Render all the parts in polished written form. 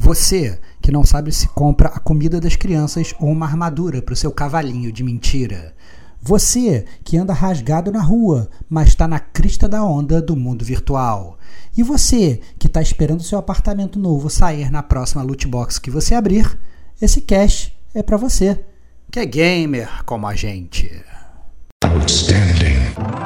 Você que não sabe se compra a comida das crianças ou uma armadura para o seu cavalinho de mentira. Você que anda rasgado na rua, mas está na crista da onda do mundo virtual. E você que está esperando seu apartamento novo sair na próxima loot box que você abrir, esse cash é para você, que é gamer como a gente. Outstanding.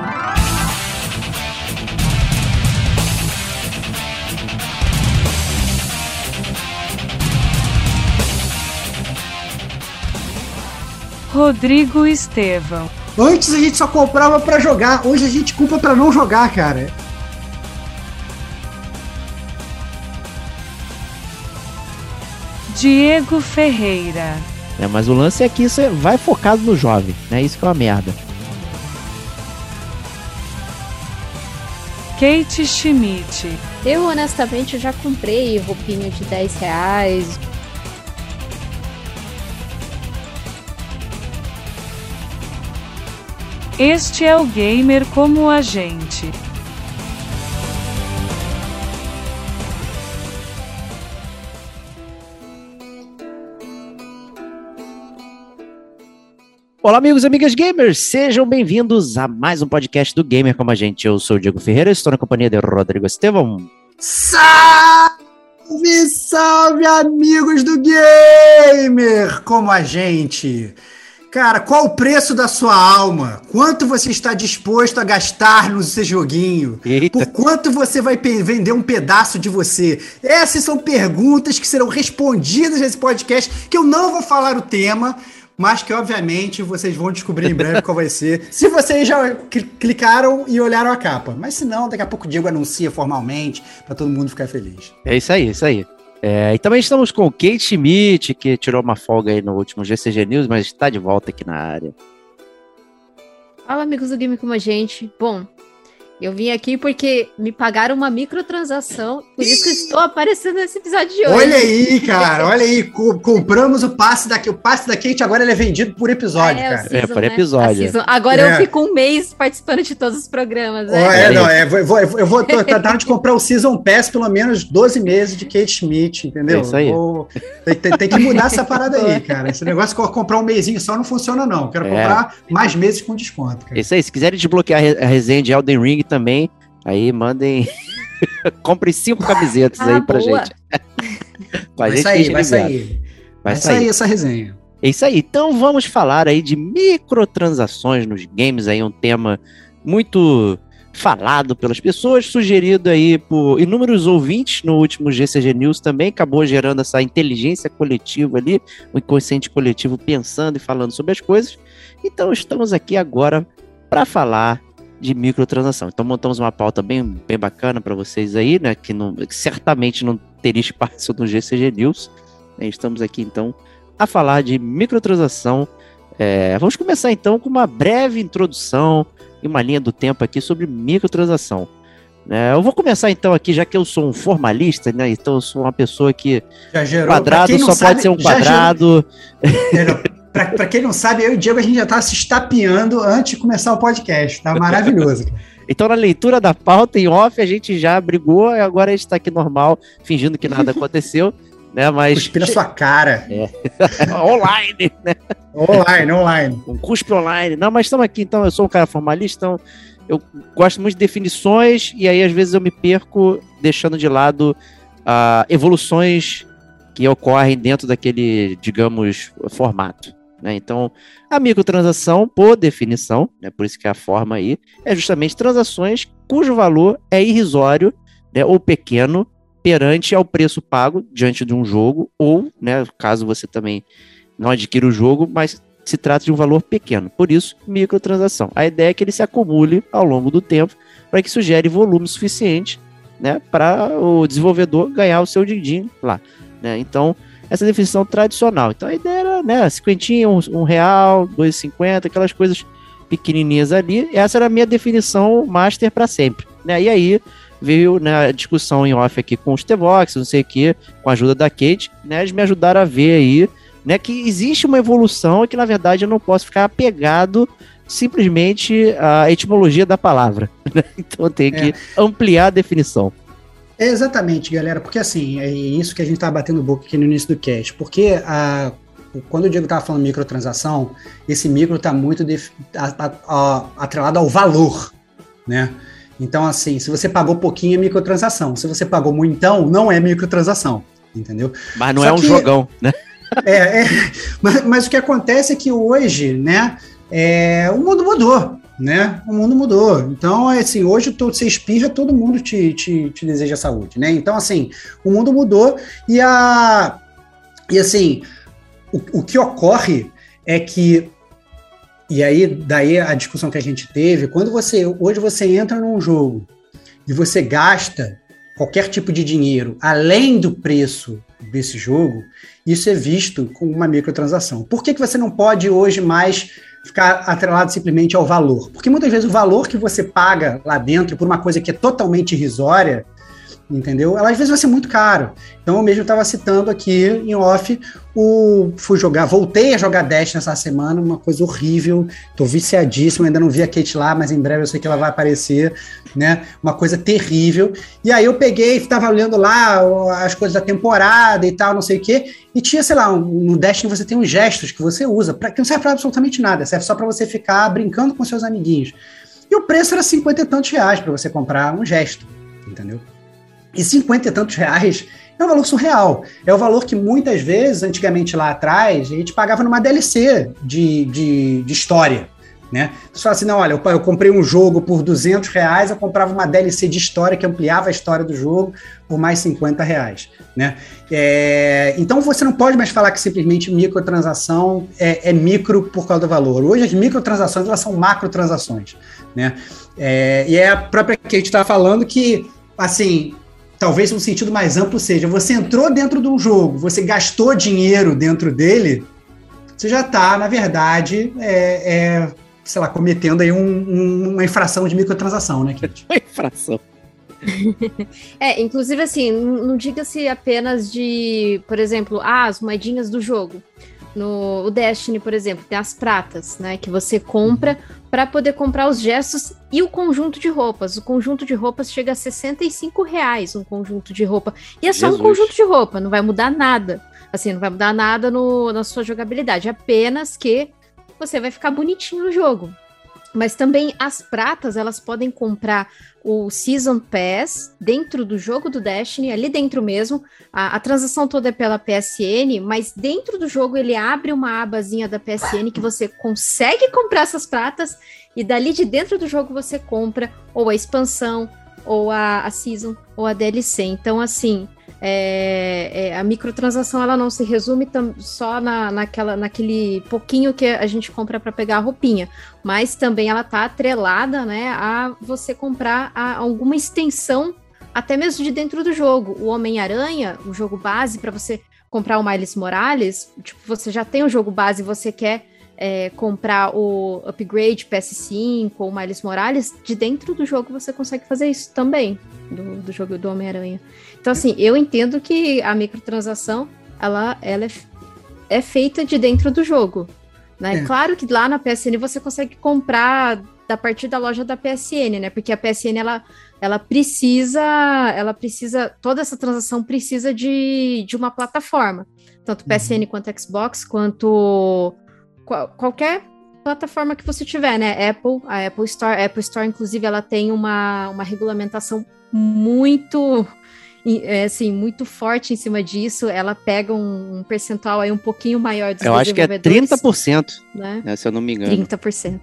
Rodrigo Estevão. Antes a gente só comprava pra jogar, hoje a gente compra pra não jogar, cara. Diego Ferreira. Mas o lance é que você vai focado no jovem, né? Isso que é uma merda. Kate Schmidt. Eu honestamente já comprei roupinha de R$10. Este é o gamer como a gente. Olá, amigos e amigas gamers, sejam bem-vindos a mais um podcast do Gamer Como a Gente. Eu sou o Diego Ferreira, estou na companhia de Rodrigo Estevão. Salve, salve, amigos do Gamer Como a Gente. Cara, qual o preço da sua alma? Quanto você está disposto a gastar no seu joguinho? Eita. Por quanto você vai vender um pedaço de você? Essas são perguntas que serão respondidas nesse podcast, que eu não vou falar o tema, mas que, obviamente, vocês vão descobrir em breve qual vai ser. Se vocês já clicaram e olharam a capa. Mas se não, daqui a pouco o Diego anuncia formalmente, para todo mundo ficar feliz. É isso aí, isso aí. E também estamos com o Kate Schmidt, que tirou uma folga aí no último GCG News, mas está de volta aqui na área. Fala, amigos do Game Como a Gente. Bom, eu vim aqui porque me pagaram uma microtransação, por isso que eu estou aparecendo nesse episódio de hoje. Olha aí, cara, olha aí, compramos o passe da Kate, agora ele é vendido por episódio, cara. Season, por episódio. Agora eu fico um mês participando de todos os programas, né? Eu vou tentar de comprar o Season Pass pelo menos 12 meses de Kate Schmidt, entendeu? É isso aí. Tem que mudar essa parada aí, cara. Esse negócio de comprar um mesinho só não funciona, não. Quero comprar mais meses com desconto, cara. É isso aí, se quiserem desbloquear a resenha de Elden Ring também, aí mandem... Comprem 5 camisetas aí pra boa. gente. Vai sair essa resenha. É isso aí. Então vamos falar aí de microtransações nos games, aí um tema muito falado pelas pessoas, sugerido aí por inúmeros ouvintes no último GCG News também, acabou gerando essa inteligência coletiva ali, o inconsciente coletivo pensando e falando sobre as coisas. Então estamos aqui agora para falar de microtransação. Então montamos uma pauta bem bacana para vocês aí, né, que certamente não teria espaço no GCG News. Estamos aqui então a falar de microtransação. Vamos começar então com uma breve introdução e uma linha do tempo aqui sobre microtransação. Eu vou começar então aqui, já que eu sou um formalista, né, então eu sou uma pessoa que quadrado só pode ser um quadrado. Pra quem não sabe, eu e o Diego, a gente já tá se estapeando antes de começar o podcast, tá maravilhoso. Então, na leitura da pauta em off, a gente já brigou, e agora a gente tá aqui normal, fingindo que nada aconteceu, né, mas... Cuspe na sua cara. Online, né? Online. Um cuspe online. Não, mas estamos aqui, então, eu sou um cara formalista, então eu gosto muito de definições, e aí às vezes eu me perco deixando de lado evoluções que ocorrem dentro daquele, digamos, formato. Então, a microtransação, por definição, por isso que é a forma aí, é justamente transações cujo valor é irrisório, ou pequeno perante ao preço pago diante de um jogo, ou, caso você também não adquira o jogo, mas se trata de um valor pequeno. Por isso, microtransação. A ideia é que ele se acumule ao longo do tempo para que isso gere volume suficiente, para o desenvolvedor ganhar o seu din-din lá. Então, essa definição tradicional. Então a ideia era, 50, R$1, R$2,50, aquelas coisas pequenininhas ali. Essa era a minha definição master para sempre. E aí veio a discussão em off aqui com os T-Vox, não sei o que, com a ajuda da Kate, eles me ajudaram a ver aí, que existe uma evolução e que na verdade eu não posso ficar apegado simplesmente à etimologia da palavra. Então eu tenho que ampliar a definição. Exatamente, galera, porque assim, é isso que a gente estava batendo boca aqui no início do cast, porque quando o Diego estava falando microtransação, esse micro está muito atrelado ao valor, né? Então, assim, se você pagou pouquinho é microtransação, se você pagou muitão, não é microtransação, entendeu? Mas não é um jogão, né? Mas o que acontece é que hoje, né, o mundo mudou, né? O mundo mudou. Então, assim, hoje você espirra, todo mundo te deseja saúde, né? Então, assim, o mundo mudou e assim, o que ocorre é que, e aí, daí a discussão que a gente teve, hoje você entra num jogo e você gasta qualquer tipo de dinheiro além do preço desse jogo, isso é visto como uma microtransação. Por que você não pode hoje mais ficar atrelado simplesmente ao valor? Porque muitas vezes o valor que você paga lá dentro por uma coisa que é totalmente irrisória, entendeu? Ela às vezes vai ser muito caro. Então eu mesmo estava citando aqui em off, voltei a jogar Dash nessa semana, uma coisa horrível, tô viciadíssimo, ainda não vi a Kate lá, mas em breve eu sei que ela vai aparecer, né? Uma coisa terrível. E aí eu peguei, estava olhando lá as coisas da temporada e tal, não sei o quê, e tinha, sei lá, no Dash você tem uns gestos que você usa, que não serve para absolutamente nada, serve só para você ficar brincando com seus amiguinhos. E o preço era 50 e tantos reais para você comprar um gesto, entendeu? E 50 e tantos reais é um valor surreal. É o valor que muitas vezes, antigamente lá atrás, a gente pagava numa DLC de história, né? Você fala assim, não, olha, eu comprei um jogo por 200 reais, eu comprava uma DLC de história que ampliava a história do jogo por mais 50 reais, né? Então você não pode mais falar que simplesmente microtransação é micro por causa do valor. Hoje as microtransações, elas são macrotransações, né? E é a própria que a gente está falando que, assim, talvez um sentido mais amplo seja, você entrou dentro de um jogo, você gastou dinheiro dentro dele, você já está, na verdade, sei lá, cometendo aí uma infração de microtransação, né, Kate? Uma infração. Inclusive, assim, não diga-se apenas de, por exemplo, as moedinhas do jogo. No Destiny, por exemplo, tem as pratas, né, que você compra para poder comprar os gestos e o conjunto de roupas. O conjunto de roupas chega a R$65, um conjunto de roupa. E é só um conjunto de roupa, não vai mudar nada. Assim, não vai mudar nada na sua jogabilidade, apenas que você vai ficar bonitinho no jogo. Mas também as pratas, elas podem comprar o Season Pass dentro do jogo do Destiny, ali dentro mesmo. A transação toda é pela PSN, mas dentro do jogo ele abre uma abazinha da PSN que você consegue comprar essas pratas e dali de dentro do jogo você compra ou a expansão, ou a Season, ou a DLC. Então, assim, a microtransação ela não se resume só naquele pouquinho que a gente compra para pegar a roupinha, mas também ela está atrelada, né, a você comprar alguma extensão, até mesmo de dentro do jogo. O Homem-Aranha, o jogo base, para você comprar o Miles Morales, tipo, você já tem o jogo base e você quer comprar o upgrade PS5 ou o Miles Morales, de dentro do jogo você consegue fazer isso também, do jogo do Homem-Aranha. Então, assim, eu entendo que a microtransação, ela é feita de dentro do jogo, né? Claro que lá na PSN você consegue comprar a partir da loja da PSN, né? Porque a PSN, ela precisa, toda essa transação precisa de uma plataforma. Tanto PSN quanto Xbox, quanto qualquer plataforma que você tiver, né? A Apple Store, inclusive, ela tem uma regulamentação muito, assim, muito forte em cima disso. Ela pega um percentual aí um pouquinho maior dos desenvolvedores. Eu acho que é 30%, né? Se eu não me engano. 30%.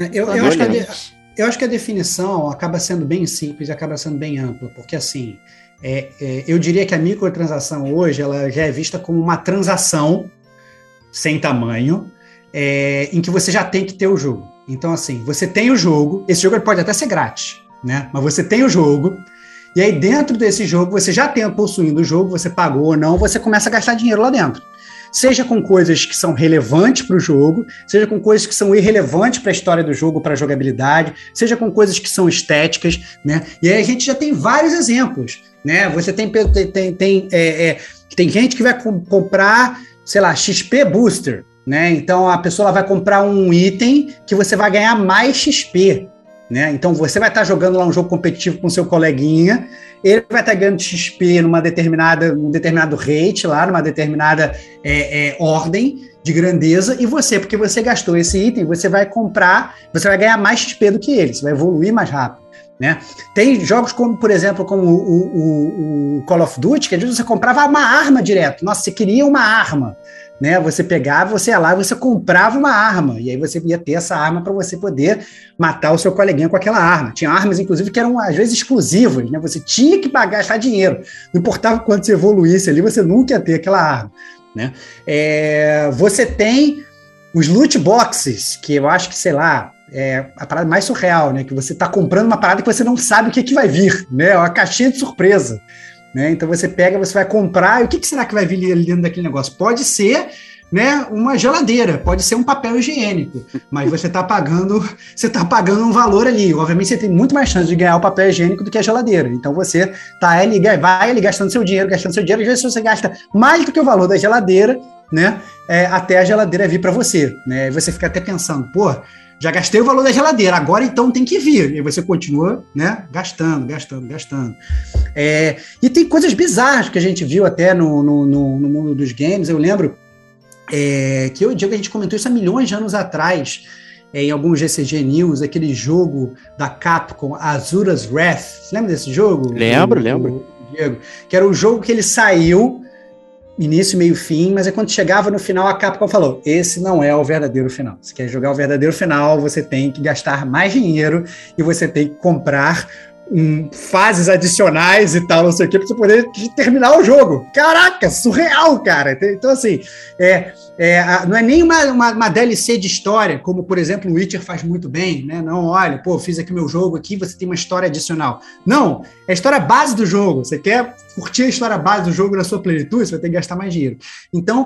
Eu acho que a definição acaba sendo bem simples e acaba sendo bem ampla, porque, assim, eu diria que a microtransação hoje, ela já é vista como uma transação sem tamanho, em que você já tem que ter o jogo. Então, assim, você tem o jogo, esse jogo pode até ser grátis, né? Mas você tem o jogo, e aí dentro desse jogo, você já possuindo o jogo, você pagou ou não, você começa a gastar dinheiro lá dentro. Seja com coisas que são relevantes para o jogo, seja com coisas que são irrelevantes para a história do jogo, para a jogabilidade, seja com coisas que são estéticas, né? E aí a gente já tem vários exemplos, né? Você tem gente que vai comprar, sei lá, XP Booster, né? Então a pessoa vai comprar um item que você vai ganhar mais XP, né? Então você vai estar jogando lá um jogo competitivo com seu coleguinha, ele vai estar ganhando XP num determinado rate lá, numa determinada ordem de grandeza, e você, porque você gastou esse item, você vai ganhar mais XP do que ele, você vai evoluir mais rápido, né? Tem jogos como, por exemplo, como o Call of Duty, que às vezes você comprava uma arma direto. Nossa, você queria uma arma, né? Você pegava, você ia lá, você comprava uma arma, e aí você ia ter essa arma para você poder matar o seu coleguinha com aquela arma. Tinha armas, inclusive, que eram às vezes exclusivas, né? Você tinha que gastar dinheiro. Não importava quanto você evoluísse ali, você nunca ia ter aquela arma, né? Você tem os loot boxes, que eu acho que, sei lá, é a parada mais surreal, né? Que você está comprando uma parada que você não sabe o que vai vir, né? É uma caixinha de surpresa, né? Então você pega, você vai comprar, e o que será que vai vir ali dentro daquele negócio? Pode ser, né, uma geladeira, pode ser um papel higiênico, mas você está pagando um valor ali. Obviamente você tem muito mais chance de ganhar o papel higiênico do que a geladeira. Então você vai ali gastando seu dinheiro, às vezes você gasta mais do que o valor da geladeira, né? Até a geladeira vir para você, né? E você fica até pensando, pô, já gastei o valor da geladeira, agora então tem que vir. E você continua, né, gastando. E tem coisas bizarras que a gente viu até no mundo dos games. Eu lembro que eu e o Diego, a gente comentou isso há milhões de anos atrás, em algum GCG News, aquele jogo da Capcom, Asura's Wrath. Você lembra desse jogo? Lembro. Diego, que era o jogo que ele saiu início, meio, fim, mas quando chegava no final, a Capcom falou, esse não é o verdadeiro final. Se quer jogar o verdadeiro final, você tem que gastar mais dinheiro e você tem que comprar fases adicionais e tal, não sei o que, pra você poder terminar o jogo. Caraca, surreal, cara. Então, assim, não é nem uma DLC de história, como, por exemplo, o Witcher faz muito bem, né? Não, olha, pô, fiz aqui meu jogo aqui, você tem uma história adicional. Não, é a história base do jogo. Você quer curtir a história base do jogo na sua plenitude, você vai ter que gastar mais dinheiro. Então,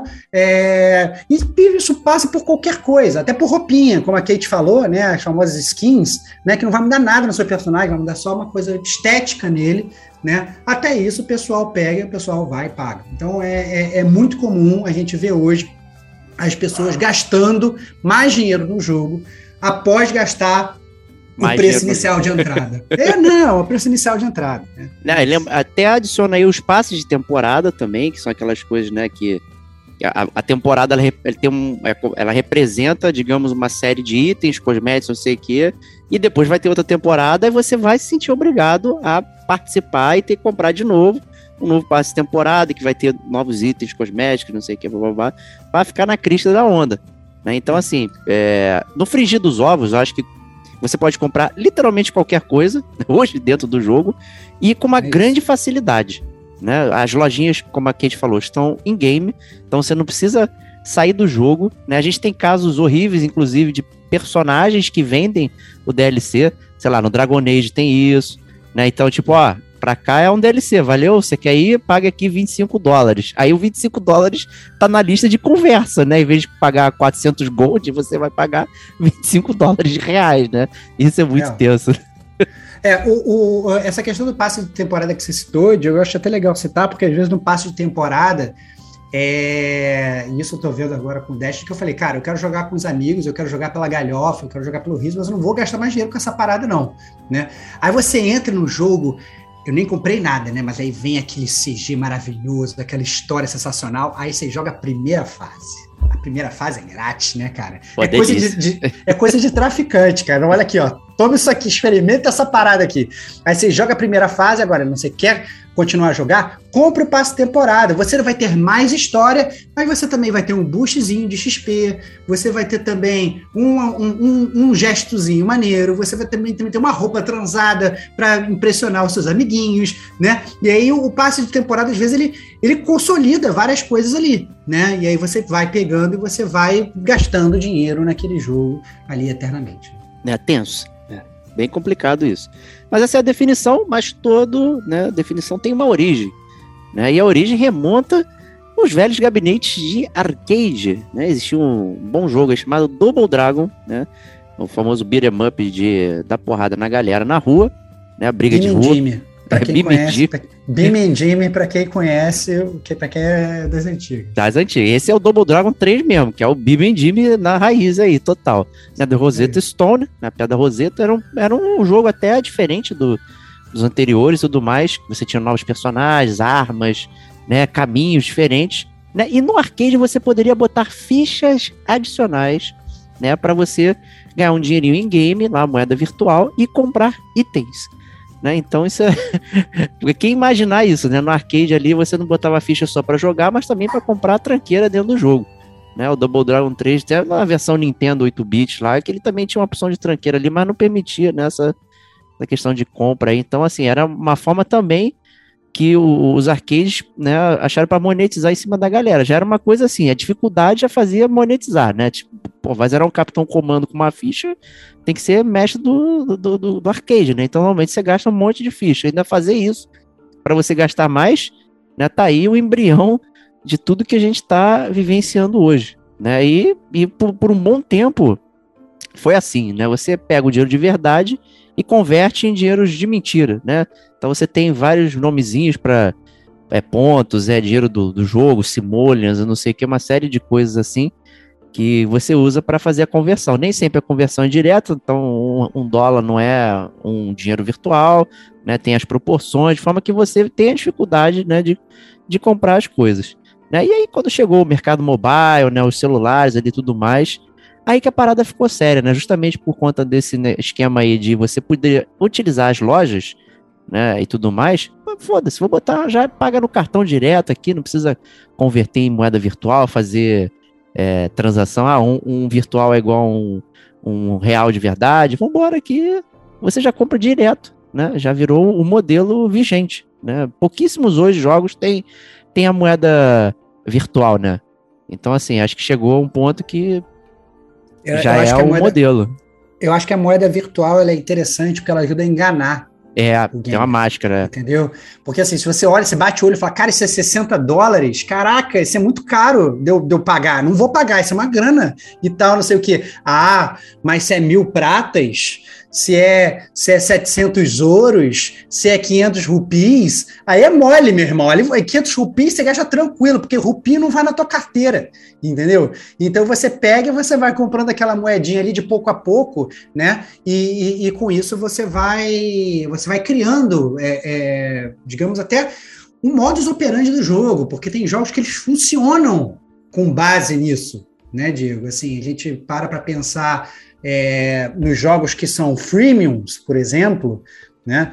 isso passa por qualquer coisa, até por roupinha, como a Kate falou, né? As famosas skins, né? Que não vai mudar nada no seu personagem, vai mudar só uma coisa estética nele, né? Até isso o pessoal pega, o pessoal vai e paga. Então é muito comum a gente ver hoje as pessoas gastando mais dinheiro no jogo após gastar o preço inicial de entrada. O preço inicial de entrada. Né? Até adiciona aí os passes de temporada também, que são aquelas coisas, né, que a temporada ela representa, digamos, uma série de itens, cosméticos, não sei o quê, e depois vai ter outra temporada e você vai se sentir obrigado a participar e ter que comprar de novo um novo passe de temporada, que vai ter novos itens, cosméticos, não sei o que, para ficar na crista da onda, né? Então, assim, no frigir dos ovos, eu acho que você pode comprar literalmente qualquer coisa hoje dentro do jogo e com uma grande facilidade, né? As lojinhas, como a Kate falou, estão in-game, então você não precisa sair do jogo, né? A gente tem casos horríveis, inclusive, de personagens que vendem o DLC, sei lá, no Dragon Age tem isso, né? Então, tipo, pra cá é um DLC, valeu? Você quer ir? Paga aqui $25. Aí o $25 tá na lista de conversa, né? Em vez de pagar 400 gold, você vai pagar $25 reais, né? Isso é muito tenso. Essa questão do passe de temporada que você citou, Diego, eu acho até legal citar, porque às vezes no passe de temporada, isso eu tô vendo agora com o Dash, que eu falei, cara, eu quero jogar com os amigos, eu quero jogar pela galhofa, eu quero jogar pelo riso, mas eu não vou gastar mais dinheiro com essa parada não, né? Aí você entra no jogo, eu nem comprei nada, né? Mas aí vem aquele CG maravilhoso, daquela história sensacional, aí você joga a primeira fase. A primeira fase é grátis, né, cara? É coisa de traficante, cara. Olha aqui, ó. Toma isso aqui, experimenta essa parada aqui. Aí você joga a primeira fase, agora você quer continuar a jogar? Compre o passe temporada. Você vai ter mais história, mas você também vai ter um boostzinho de XP, você vai ter também um gestozinho maneiro, você vai também ter uma roupa transada para impressionar os seus amiguinhos, né? E aí o passe de temporada, às vezes, ele consolida várias coisas ali, né? E aí você vai pegando e você vai gastando dinheiro naquele jogo ali eternamente. É tenso. Bem complicado isso. Mas essa é a definição, mas a definição tem uma origem, né? E a origem remonta aos velhos gabinetes de arcade, né? Existia um bom jogo chamado Double Dragon, né? O famoso beat'em up de dar porrada na galera na rua, né? A briga de rua. Pra quem conhece, Beam Jimmy, pra quem conhece, pra quem é das antigas. Das antigas. Esse é o Double Dragon 3 mesmo, que é o Beam Jimmy na raiz aí, total. A do Rosetta Stone, a Pedra Rosetta, era um jogo até diferente dos anteriores e tudo mais. Você tinha novos personagens, armas, né, caminhos diferentes. Né? E no arcade você poderia botar fichas adicionais, né, para você ganhar um dinheirinho em game, lá, moeda virtual, e comprar itens. Né? Então isso é... Quem imaginar isso, né? No arcade ali você não botava ficha só para jogar, mas também para comprar a tranqueira dentro do jogo. Né? O Double Dragon 3 tem uma versão Nintendo 8-bit lá, que ele também tinha uma opção de tranqueira ali, mas não permitia nessa questão de compra aí. Então, assim, era uma forma também que os arcades, né, acharam para monetizar em cima da galera. Já era uma coisa assim, a dificuldade já fazia monetizar, né? Tipo, pô, vai zerar um Capitão Comando com uma ficha, tem que ser mestre do arcade, né? Então, normalmente você gasta um monte de ficha. Ainda fazer isso para você gastar mais, né? Tá aí o embrião de tudo que a gente está vivenciando hoje, né? E por um bom tempo foi assim, né? Você pega o dinheiro de verdade e converte em dinheiros de mentira, né? Então você tem vários nomezinhos para pontos, dinheiro do jogo, simoleons, eu não sei o que, uma série de coisas assim que você usa para fazer a conversão. Nem sempre a conversão é direta, então um dólar não é um dinheiro virtual, né? Tem as proporções, de forma que você tem a dificuldade, né, de comprar as coisas. Né? E aí quando chegou o mercado mobile, né, os celulares ali e tudo mais, aí que a parada ficou séria, né? Justamente por conta desse, né, esquema aí de você poder utilizar as lojas, né, e tudo mais. Foda-se, vou botar, já paga no cartão direto aqui, não precisa converter em moeda virtual, fazer transação. Um virtual é igual um real de verdade. Vambora aqui, você já compra direto, né? Já virou o modelo vigente, né? Pouquíssimos hoje jogos tem a moeda virtual, né? Então, assim, acho que chegou a um ponto que já é o modelo. Eu acho que a moeda virtual ela é interessante porque ela ajuda a enganar. Tem uma máscara. Entendeu? Porque assim, se você olha, você bate o olho e fala, cara, isso é $60? Caraca, isso é muito caro de eu pagar. Não vou pagar, isso é uma grana e tal, não sei o quê. Ah, mas se é 1.000 pratas, se é 700 ouros, se é 500 rupis, aí é mole, meu irmão. Ali, 500 rupis você gasta tranquilo, porque rupi não vai na tua carteira, entendeu? Então você pega e você vai comprando aquela moedinha ali de pouco a pouco, né? E com isso você vai criando, digamos, até um modus operandi do jogo, porque tem jogos que eles funcionam com base nisso, né, Diego? Assim, a gente para pensar nos jogos que são freemiums, por exemplo, né?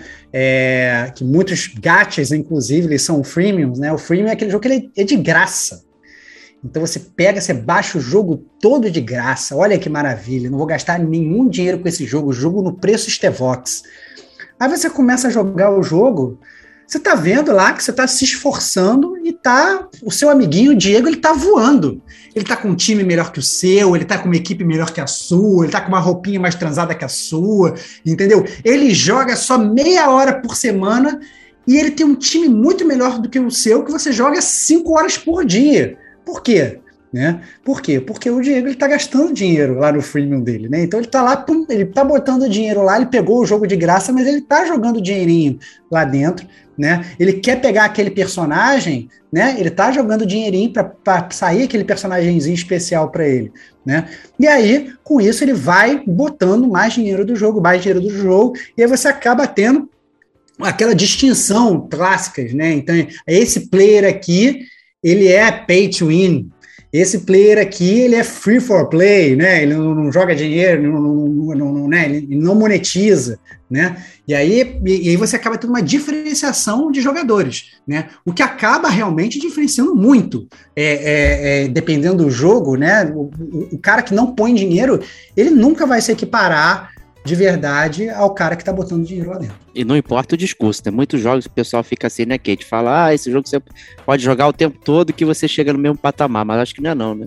Que muitos gachas, inclusive, eles são freemiums, né? O freemium é aquele jogo que ele é de graça. Então você baixa o jogo todo de graça. Olha que maravilha, não vou gastar nenhum dinheiro com esse jogo, o jogo no preço Stevox. Aí você começa a jogar o jogo, você tá vendo lá que você tá se esforçando e o seu amiguinho, o Diego, ele tá voando. Ele tá com um time melhor que o seu, ele tá com uma equipe melhor que a sua, ele tá com uma roupinha mais transada que a sua, entendeu? Ele joga só meia hora por semana e ele tem um time muito melhor do que o seu, que você joga 5 horas por dia. Por quê? Né? Por quê? Porque o Diego ele tá gastando dinheiro lá no freemium dele, né? Então ele tá lá, ele tá botando dinheiro lá, ele pegou o jogo de graça, mas ele tá jogando dinheirinho lá dentro, né? Ele quer pegar aquele personagem, né? Ele tá jogando dinheirinho para sair aquele personagemzinho especial para ele, né? E aí, com isso, ele vai botando mais dinheiro do jogo, e aí você acaba tendo aquela distinção clássicas, né? Então, esse player aqui, ele é pay to win. Esse player aqui, ele é free for play, né? Ele não joga dinheiro, né? Ele não monetiza, né? E aí você acaba tendo uma diferenciação de jogadores, né? O que acaba realmente diferenciando muito, dependendo do jogo, né? O cara que não põe dinheiro, ele nunca vai se equiparar de verdade ao cara que tá botando dinheiro lá dentro. E não importa o discurso, tem muitos jogos que o pessoal fica assim, né, Kate? Fala, esse jogo você pode jogar o tempo todo que você chega no mesmo patamar, mas acho que não é não, né?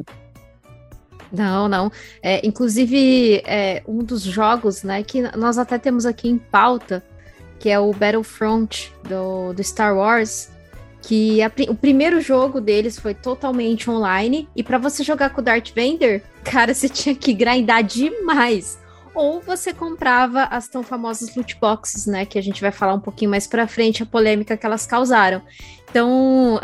Não. Inclusive, um dos jogos, né, que nós até temos aqui em pauta, que é o Battlefront do Star Wars, que o primeiro jogo deles foi totalmente online, e para você jogar com o Darth Vader, cara, você tinha que grindar demais. ou você comprava as tão famosas loot boxes, né, que a gente vai falar um pouquinho mais pra frente, a polêmica que elas causaram. Então,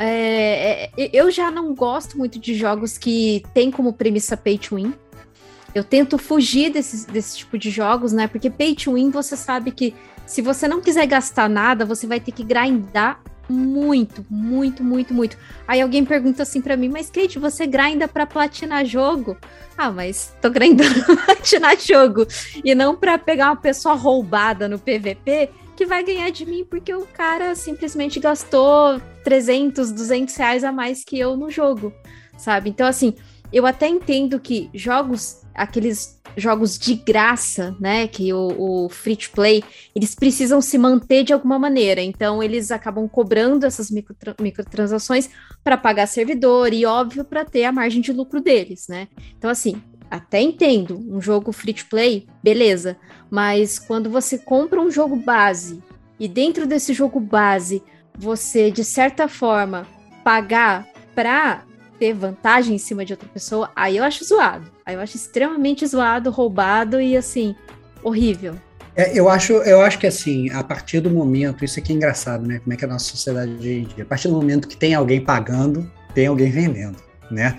eu já não gosto muito de jogos que tem como premissa pay to win. Eu tento fugir desse tipo de jogos, né, porque pay to win você sabe que se você não quiser gastar nada, você vai ter que grindar muito, muito, muito, muito. Aí alguém pergunta assim pra mim, mas Kate, você grinda pra platinar jogo? Ah, mas tô grindando pra platinar jogo. E não pra pegar uma pessoa roubada no PVP que vai ganhar de mim porque o cara simplesmente gastou 300, 200 reais a mais que eu no jogo, sabe? Então, assim, eu até entendo que aqueles jogos de graça, né, que o free to play, eles precisam se manter de alguma maneira, então eles acabam cobrando essas microtransações para pagar servidor e, óbvio, para ter a margem de lucro deles, né? Então, assim, até entendo, um jogo free to play, beleza, mas quando você compra um jogo base e dentro desse jogo base você, de certa forma, pagar para ter vantagem em cima de outra pessoa, aí eu acho zoado. Aí eu acho extremamente zoado, roubado e, assim, horrível. Eu acho que, assim, a partir do momento, isso aqui é engraçado, né? Como é que é a nossa sociedade hoje em dia. A partir do momento que tem alguém pagando, tem alguém vendendo, né?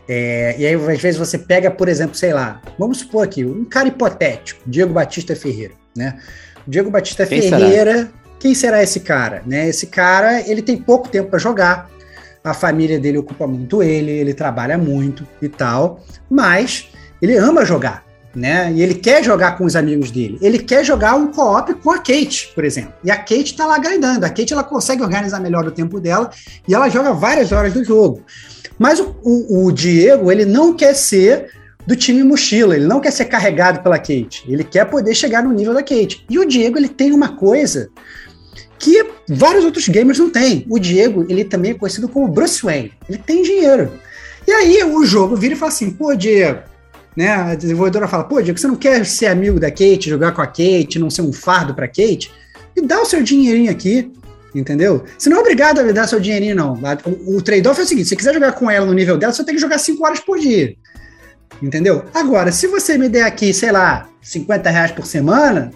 E aí, às vezes, você pega, por exemplo, sei lá, vamos supor aqui, um cara hipotético, Diego Batista Ferreira, né? O Diego Batista Ferreira, quem será esse cara? Né? Esse cara, ele tem pouco tempo para jogar, a família dele ocupa muito ele trabalha muito e tal, mas ele ama jogar, né? E ele quer jogar com os amigos dele. Ele quer jogar um co-op com a Kate, por exemplo. E a Kate tá lá grindando. A Kate, ela consegue organizar melhor o tempo dela e ela joga várias horas do jogo. Mas o Diego, ele não quer ser do time mochila, ele não quer ser carregado pela Kate. Ele quer poder chegar no nível da Kate. E o Diego, ele tem uma coisa que vários outros gamers não têm. O Diego, ele também é conhecido como Bruce Wayne. Ele tem dinheiro. E aí o jogo vira e fala assim, pô, Diego, né? A desenvolvedora fala, pô, Diego, você não quer ser amigo da Kate, jogar com a Kate, não ser um fardo pra Kate? E dá o seu dinheirinho aqui, entendeu? Você não é obrigado a me dar seu dinheirinho, não. O trade-off é o seguinte, se você quiser jogar com ela no nível dela, você tem que jogar 5 horas por dia. Entendeu? Agora, se você me der aqui, sei lá, 50 reais por semana,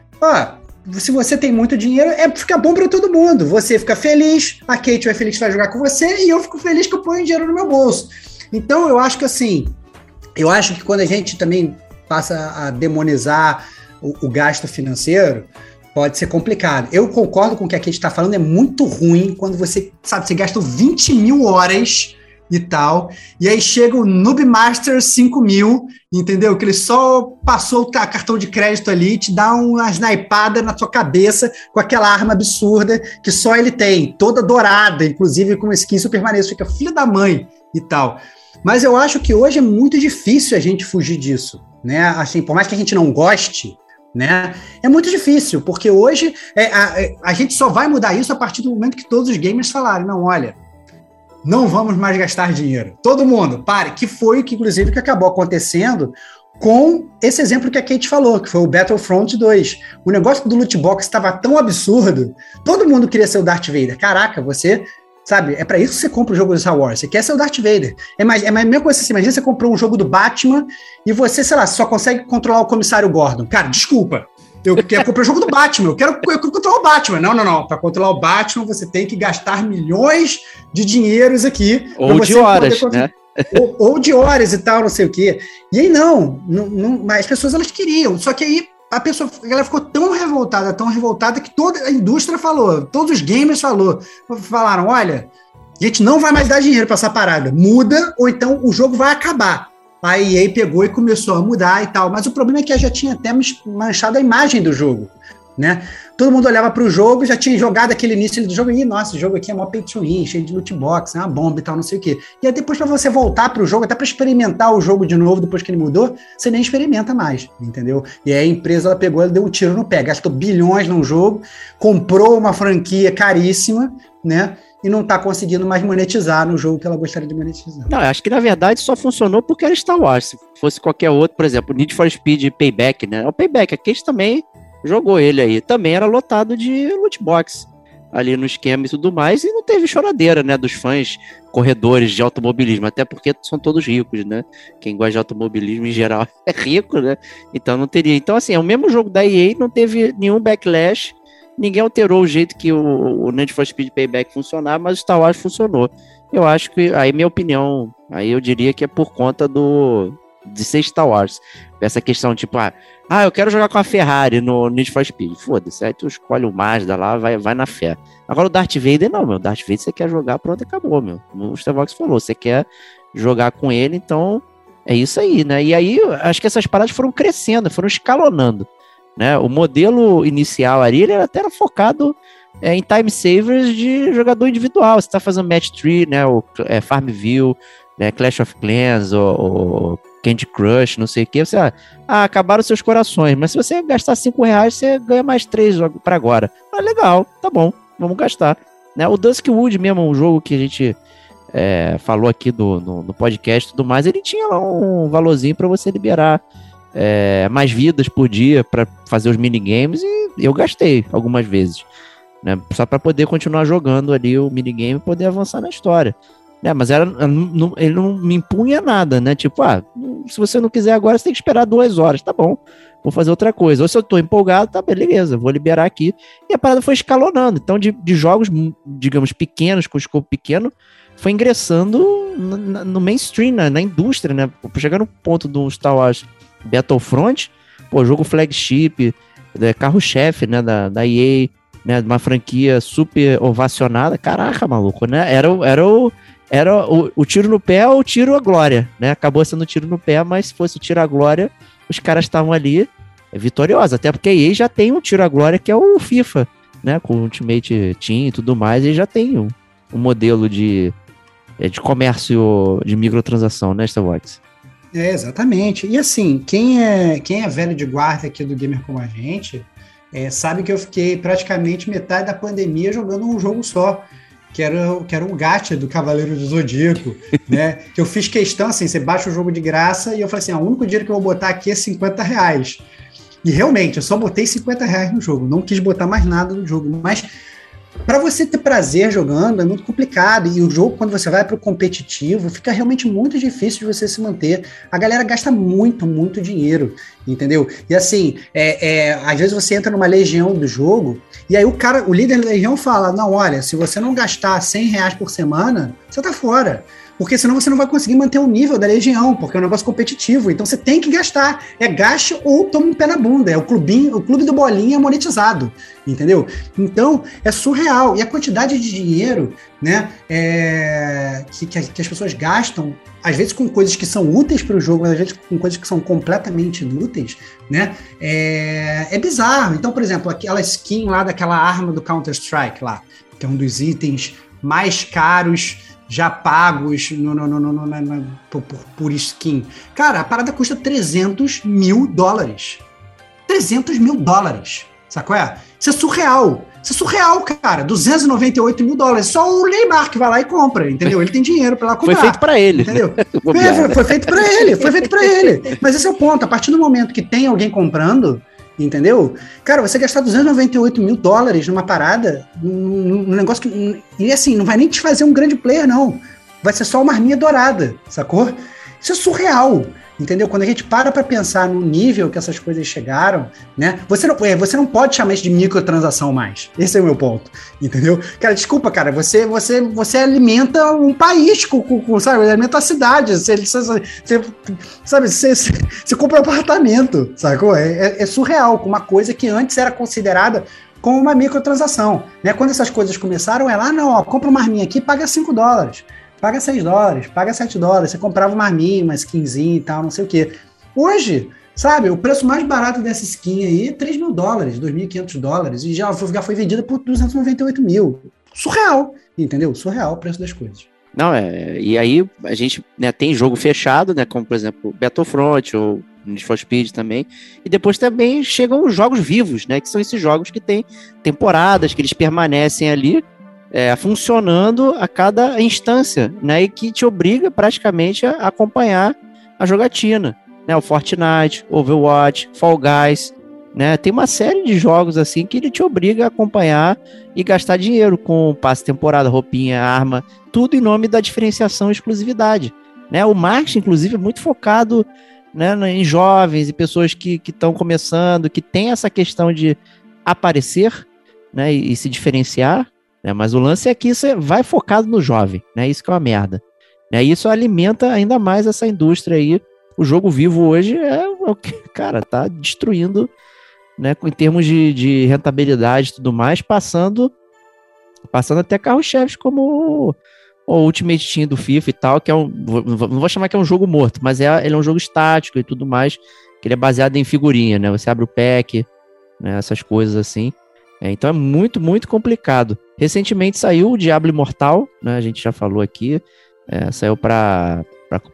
ó, se você tem muito dinheiro, fica bom para todo mundo. Você fica feliz, a Kate vai feliz que vai jogar com você e eu fico feliz que eu ponho dinheiro no meu bolso. Então, eu acho que assim, que quando a gente também passa a demonizar o gasto financeiro, pode ser complicado. Eu concordo com o que a Kate está falando, é muito ruim quando você, sabe, você gasta 20 mil horas e tal, e aí chega o Noob Master 5000, entendeu? Que ele só passou o cartão de crédito ali, te dá uma snipada na sua cabeça com aquela arma absurda que só ele tem, toda dourada, inclusive com uma skin super maneira, fica filho da mãe e tal. Mas eu acho que hoje é muito difícil a gente fugir disso, né? Assim, por mais que a gente não goste, né? É muito difícil, porque hoje a gente só vai mudar isso a partir do momento que todos os gamers falarem, não, olha, não vamos mais gastar dinheiro. Todo mundo, pare, que foi que, inclusive, que acabou acontecendo com esse exemplo que a Kate falou, que foi o Battlefront 2. O negócio do loot box estava tão absurdo, todo mundo queria ser o Darth Vader. Caraca, você, sabe, é para isso que você compra o jogo do Star Wars, você quer ser o Darth Vader. É a mesma coisa, assim, imagina você comprou um jogo do Batman e você, sei lá, só consegue controlar o comissário Gordon. Cara, desculpa. Eu comprei o jogo do Batman, eu quero controlar o Batman. Não. Para controlar o Batman, você tem que gastar milhões de dinheiros aqui. Ou de horas, né? Ou de horas e tal, não sei o quê. E aí não, mas as pessoas, elas queriam. Só que aí ela ficou tão revoltada, que toda a indústria falou, todos os gamers falaram, olha, a gente não vai mais dar dinheiro para essa parada. Muda, ou então o jogo vai acabar. A EA pegou e começou a mudar e tal, mas o problema é que já tinha até manchado a imagem do jogo, né? Todo mundo olhava para o jogo, já tinha jogado aquele início do jogo e, nossa, esse jogo aqui é mó pay to win, cheio de loot box, é uma bomba e tal, não sei o quê. E aí depois, para você voltar para o jogo, até para experimentar o jogo de novo depois que ele mudou, você nem experimenta mais, entendeu? E aí a empresa, ela pegou, ela deu um tiro no pé, gastou bilhões num jogo, comprou uma franquia caríssima, né? E não tá conseguindo mais monetizar no jogo que ela gostaria de monetizar. Não, acho que na verdade só funcionou porque era Star Wars. Se fosse qualquer outro, por exemplo, Need for Speed Payback, né? O Payback, a Kate também jogou ele aí. Também era lotado de loot box. ali no esquema e tudo mais, e não teve choradeira, né, dos fãs corredores de automobilismo, até porque são todos ricos, né? Quem gosta de automobilismo em geral é rico, né? Então não teria. Então, assim, é o mesmo jogo da EA, não teve nenhum backlash, ninguém alterou o jeito que o Need for Speed Payback funcionava, mas o Star Wars funcionou. Eu acho que, aí minha opinião, aí eu diria que é por conta de ser Star Wars. Essa questão, tipo, eu quero jogar com a Ferrari no Need for Speed. Foda-se, aí tu escolhe o Mazda lá, vai na fé. Agora o Darth Vader não, meu. O Darth Vader você quer jogar, pronto, acabou, meu. O Starvox falou, você quer jogar com ele, então é isso aí, né? E aí, acho que essas paradas foram crescendo, foram escalonando, né? O modelo inicial ali, ele até era focado em time savers de jogador individual. Você tá fazendo Match 3, né? Farmville, né? Clash of Clans, o Candy Crush, não sei o que, você, acabaram seus corações, mas se você gastar R$5, você ganha mais 3 para agora. Legal, tá bom, vamos gastar. Né? O Duskwood mesmo, um jogo que a gente falou aqui no podcast e tudo mais, ele tinha lá um valorzinho para você liberar mais vidas por dia para fazer os minigames, e eu gastei algumas vezes, né? Só para poder continuar jogando ali o minigame e poder avançar na história. Mas ele não me impunha nada, né? Tipo, se você não quiser agora, você tem que esperar 2 horas. Tá bom, vou fazer outra coisa. Ou se eu tô empolgado, tá, beleza, vou liberar aqui. E a parada foi escalonando. Então, de jogos, digamos, pequenos, com escopo pequeno, foi ingressando no mainstream, na indústria, né? Chegar no ponto do Star Wars Battlefront, jogo flagship, carro-chefe, né, da EA, né, uma franquia super ovacionada. Caraca, maluco, né? Era o tiro no pé ou o tiro à glória, né? Acabou sendo tiro no pé, mas se fosse o tiro à glória, os caras estavam ali vitoriosos. Até porque a EA já tem um tiro à glória, que é o FIFA, né? Com o Ultimate Team e tudo mais, e já tem um modelo de comércio de microtransação, né, Starvox? Exatamente. E assim, quem é velho de guarda aqui do Gamer Como a Gente, sabe que eu fiquei praticamente metade da pandemia jogando um jogo só, que era o gacha do Cavaleiro do Zodíaco, né? Que eu fiz questão, assim, você baixa o jogo de graça, e eu falei assim, o único dinheiro que eu vou botar aqui é R$50. E realmente, eu só botei R$50 no jogo, não quis botar mais nada no jogo, mas para você ter prazer jogando é muito complicado, e o jogo, quando você vai para o competitivo, fica realmente muito difícil de você se manter. A galera gasta muito, muito dinheiro, entendeu? E assim, às vezes você entra numa legião do jogo, e aí o líder da legião fala, não, olha, se você não gastar R$100 por semana, você tá fora. Porque senão você não vai conseguir manter o nível da legião, porque é um negócio competitivo. Então você tem que gastar. Gaste ou toma um pé na bunda. O clube do bolinha monetizado, entendeu? Então é surreal. E a quantidade de dinheiro, né, que as pessoas gastam, às vezes com coisas que são úteis para o jogo, às vezes com coisas que são completamente inúteis, né, é bizarro. Então, por exemplo, aquela skin lá daquela arma do Counter-Strike lá, que é um dos itens mais caros já pagos por skin. Cara, a parada custa $300 mil. $300 mil. Sacou? Isso é surreal. Isso é surreal, cara. $298 mil. Só o Neymar que vai lá e compra, entendeu? Ele tem dinheiro pra lá comprar. Foi feito pra ele. Entendeu? Foi feito pra ele. Foi feito pra ele. Mas esse é o ponto. A partir do momento que tem alguém comprando, entendeu? Cara, você gastar $298 mil numa parada, num negócio que... E assim, não vai nem te fazer um grande player, não. Vai ser só uma arminha dourada, sacou? Isso é surreal, entendeu? Quando a gente para pra pensar no nível que essas coisas chegaram, né? Você não pode chamar isso de microtransação mais. Esse é o meu ponto, entendeu? Cara, desculpa, cara, você alimenta um país, sabe? Alimenta a cidade, você compra um apartamento, sacou? É surreal, com uma coisa que antes era considerada como uma microtransação, né? Quando essas coisas começaram, compra uma arminha aqui, paga $5. Paga $6, paga $7. Você comprava uma arminha, uma skinzinha e tal, não sei o quê. Hoje, sabe, o preço mais barato dessa skin aí é $3 mil, $2.500, e já foi vendida por $298 mil. Surreal, entendeu? Surreal o preço das coisas. Não, e aí a gente, né, tem jogo fechado, né, como por exemplo Battlefront ou Need for Speed também, e depois também chegam os jogos vivos, né, que são esses jogos que tem temporadas, que eles permanecem ali, funcionando a cada instância, né, e que te obriga praticamente a acompanhar a jogatina, né, o Fortnite, Overwatch, Fall Guys, né? Tem uma série de jogos assim que ele te obriga a acompanhar e gastar dinheiro com passe temporada, roupinha, arma, tudo em nome da diferenciação e exclusividade, né? O marketing, inclusive, é muito focado, né, em jovens e pessoas que estão começando, que tem essa questão de aparecer, né, e se diferenciar, né? Mas o lance é que isso vai focado no jovem, né? Isso que é uma merda, né? Isso alimenta ainda mais essa indústria aí. O jogo vivo hoje é o que, cara, tá destruindo, né, em termos de rentabilidade e tudo mais, passando até carros-chefes como o Ultimate Team do FIFA e tal, que é não vou chamar que é um jogo morto, mas ele é um jogo estático e tudo mais, que ele é baseado em figurinha, né? Você abre o pack, né, essas coisas assim. Então é muito, muito complicado. Recentemente saiu o Diablo Immortal, né? A gente já falou aqui, saiu para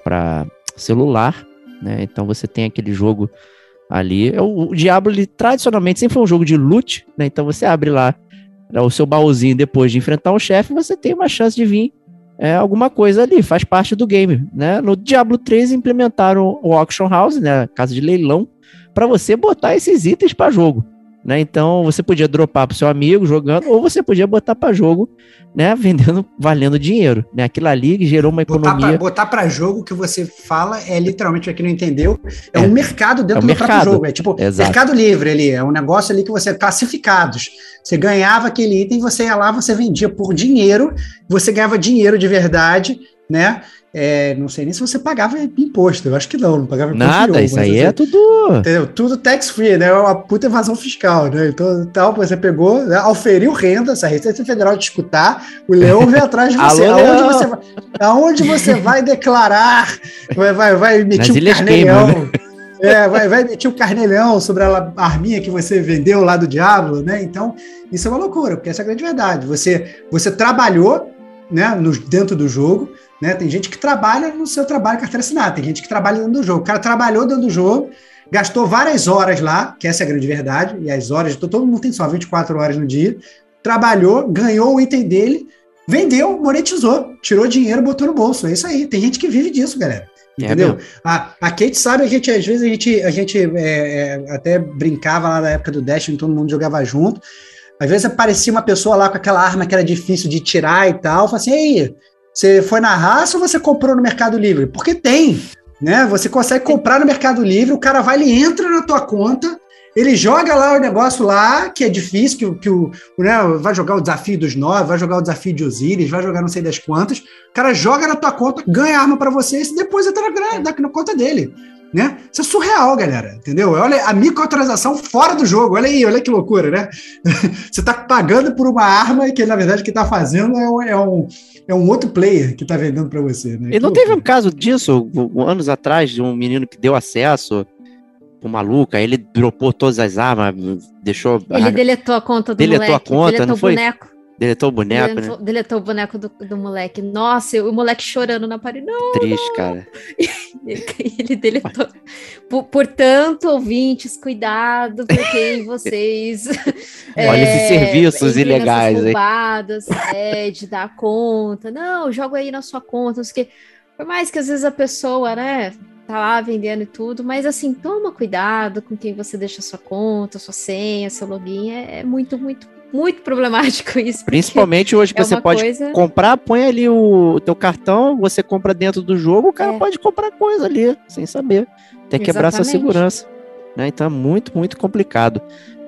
celular, né? Então você tem aquele jogo ali. O Diablo, ele tradicionalmente sempre foi um jogo de loot, né? Então você abre lá o seu baúzinho depois de enfrentar um chefe, você tem uma chance de vir alguma coisa ali, faz parte do game, né? No Diablo 3 implementaram o Auction House, né? Casa de leilão, para você botar esses itens para jogo, né? Então você podia dropar pro seu amigo jogando, ou você podia botar para jogo, né? Valendo dinheiro, né? Aquilo ali gerou uma economia. Botar para jogo, que você fala literalmente, pra quem não entendeu, um mercado dentro do próprio jogo. É tipo Mercado Livre ali, é um negócio ali que você classificados. Você ganhava aquele item, você ia lá, você vendia por dinheiro, você ganhava dinheiro de verdade, né? Não sei nem se você pagava imposto, eu acho que não pagava imposto nada, nenhum, isso aí é tudo... Entendeu? Tudo tax-free, né? Uma puta evasão fiscal, né? Então, você pegou, né? Auferiu renda, se a Receita Federal te escutar, o leão vem atrás de você. Aonde você vai declarar, vai emitir um carnê-leão, vai emitir um carnê-leão sobre a arminha que você vendeu lá do Diablo, né? Então, isso é uma loucura, porque essa é a grande verdade. Você trabalhou, né, dentro do jogo, né? Tem gente que trabalha no seu trabalho carteira assinada, tem gente que trabalha dentro do jogo. O cara trabalhou dentro do jogo, gastou várias horas lá, que essa é a grande verdade, e as horas, todo mundo tem só 24 horas no dia, trabalhou, ganhou o item dele, vendeu, monetizou, tirou dinheiro, botou no bolso. É isso aí, tem gente que vive disso, galera. Entendeu? A Kate sabe, às vezes a gente até brincava lá na época do Destiny, todo mundo jogava junto. Às vezes aparecia uma pessoa lá com aquela arma que era difícil de tirar e tal, fala assim, ei, você foi na raça ou você comprou no Mercado Livre? Porque tem, né? Você consegue comprar no Mercado Livre, o cara vai, ele entra na tua conta, ele joga lá o negócio lá, que é difícil, né, vai jogar o desafio dos 9, vai jogar o desafio de Osiris, vai jogar não sei das quantas, o cara joga na tua conta, ganha arma pra você e deposita na conta dele, né? Isso é surreal, galera, entendeu? Olha a microtransação fora do jogo, olha aí, olha que loucura, né? Você tá pagando por uma arma que, na verdade, que tá fazendo é um outro player que tá vendendo pra você, né? E não teve um caso disso, anos atrás, de um menino que deu acesso pro maluco, aí ele dropou todas as armas, deixou... Ele deletou a conta do moleque. Deletou não foi? Boneco. Deletou o boneco, né? Deletou o boneco do moleque. Nossa, o moleque chorando na parede. Não, triste, cara. Ele deletou. Portanto, ouvintes, cuidado por quem vocês... Olha esses serviços ilegais roubadas, de dar conta. Não, joga aí na sua conta. Não sei o quê. Por mais que às vezes a pessoa, né, tá lá vendendo e tudo, mas assim, toma cuidado com quem você deixa sua conta, sua senha, seu login. É muito, muito, muito problemático isso. Principalmente hoje que você pode comprar, põe ali o teu cartão, você compra dentro do jogo, o cara pode comprar coisa ali, sem saber. Tem que quebrar essa segurança. Né? Então é muito, muito complicado.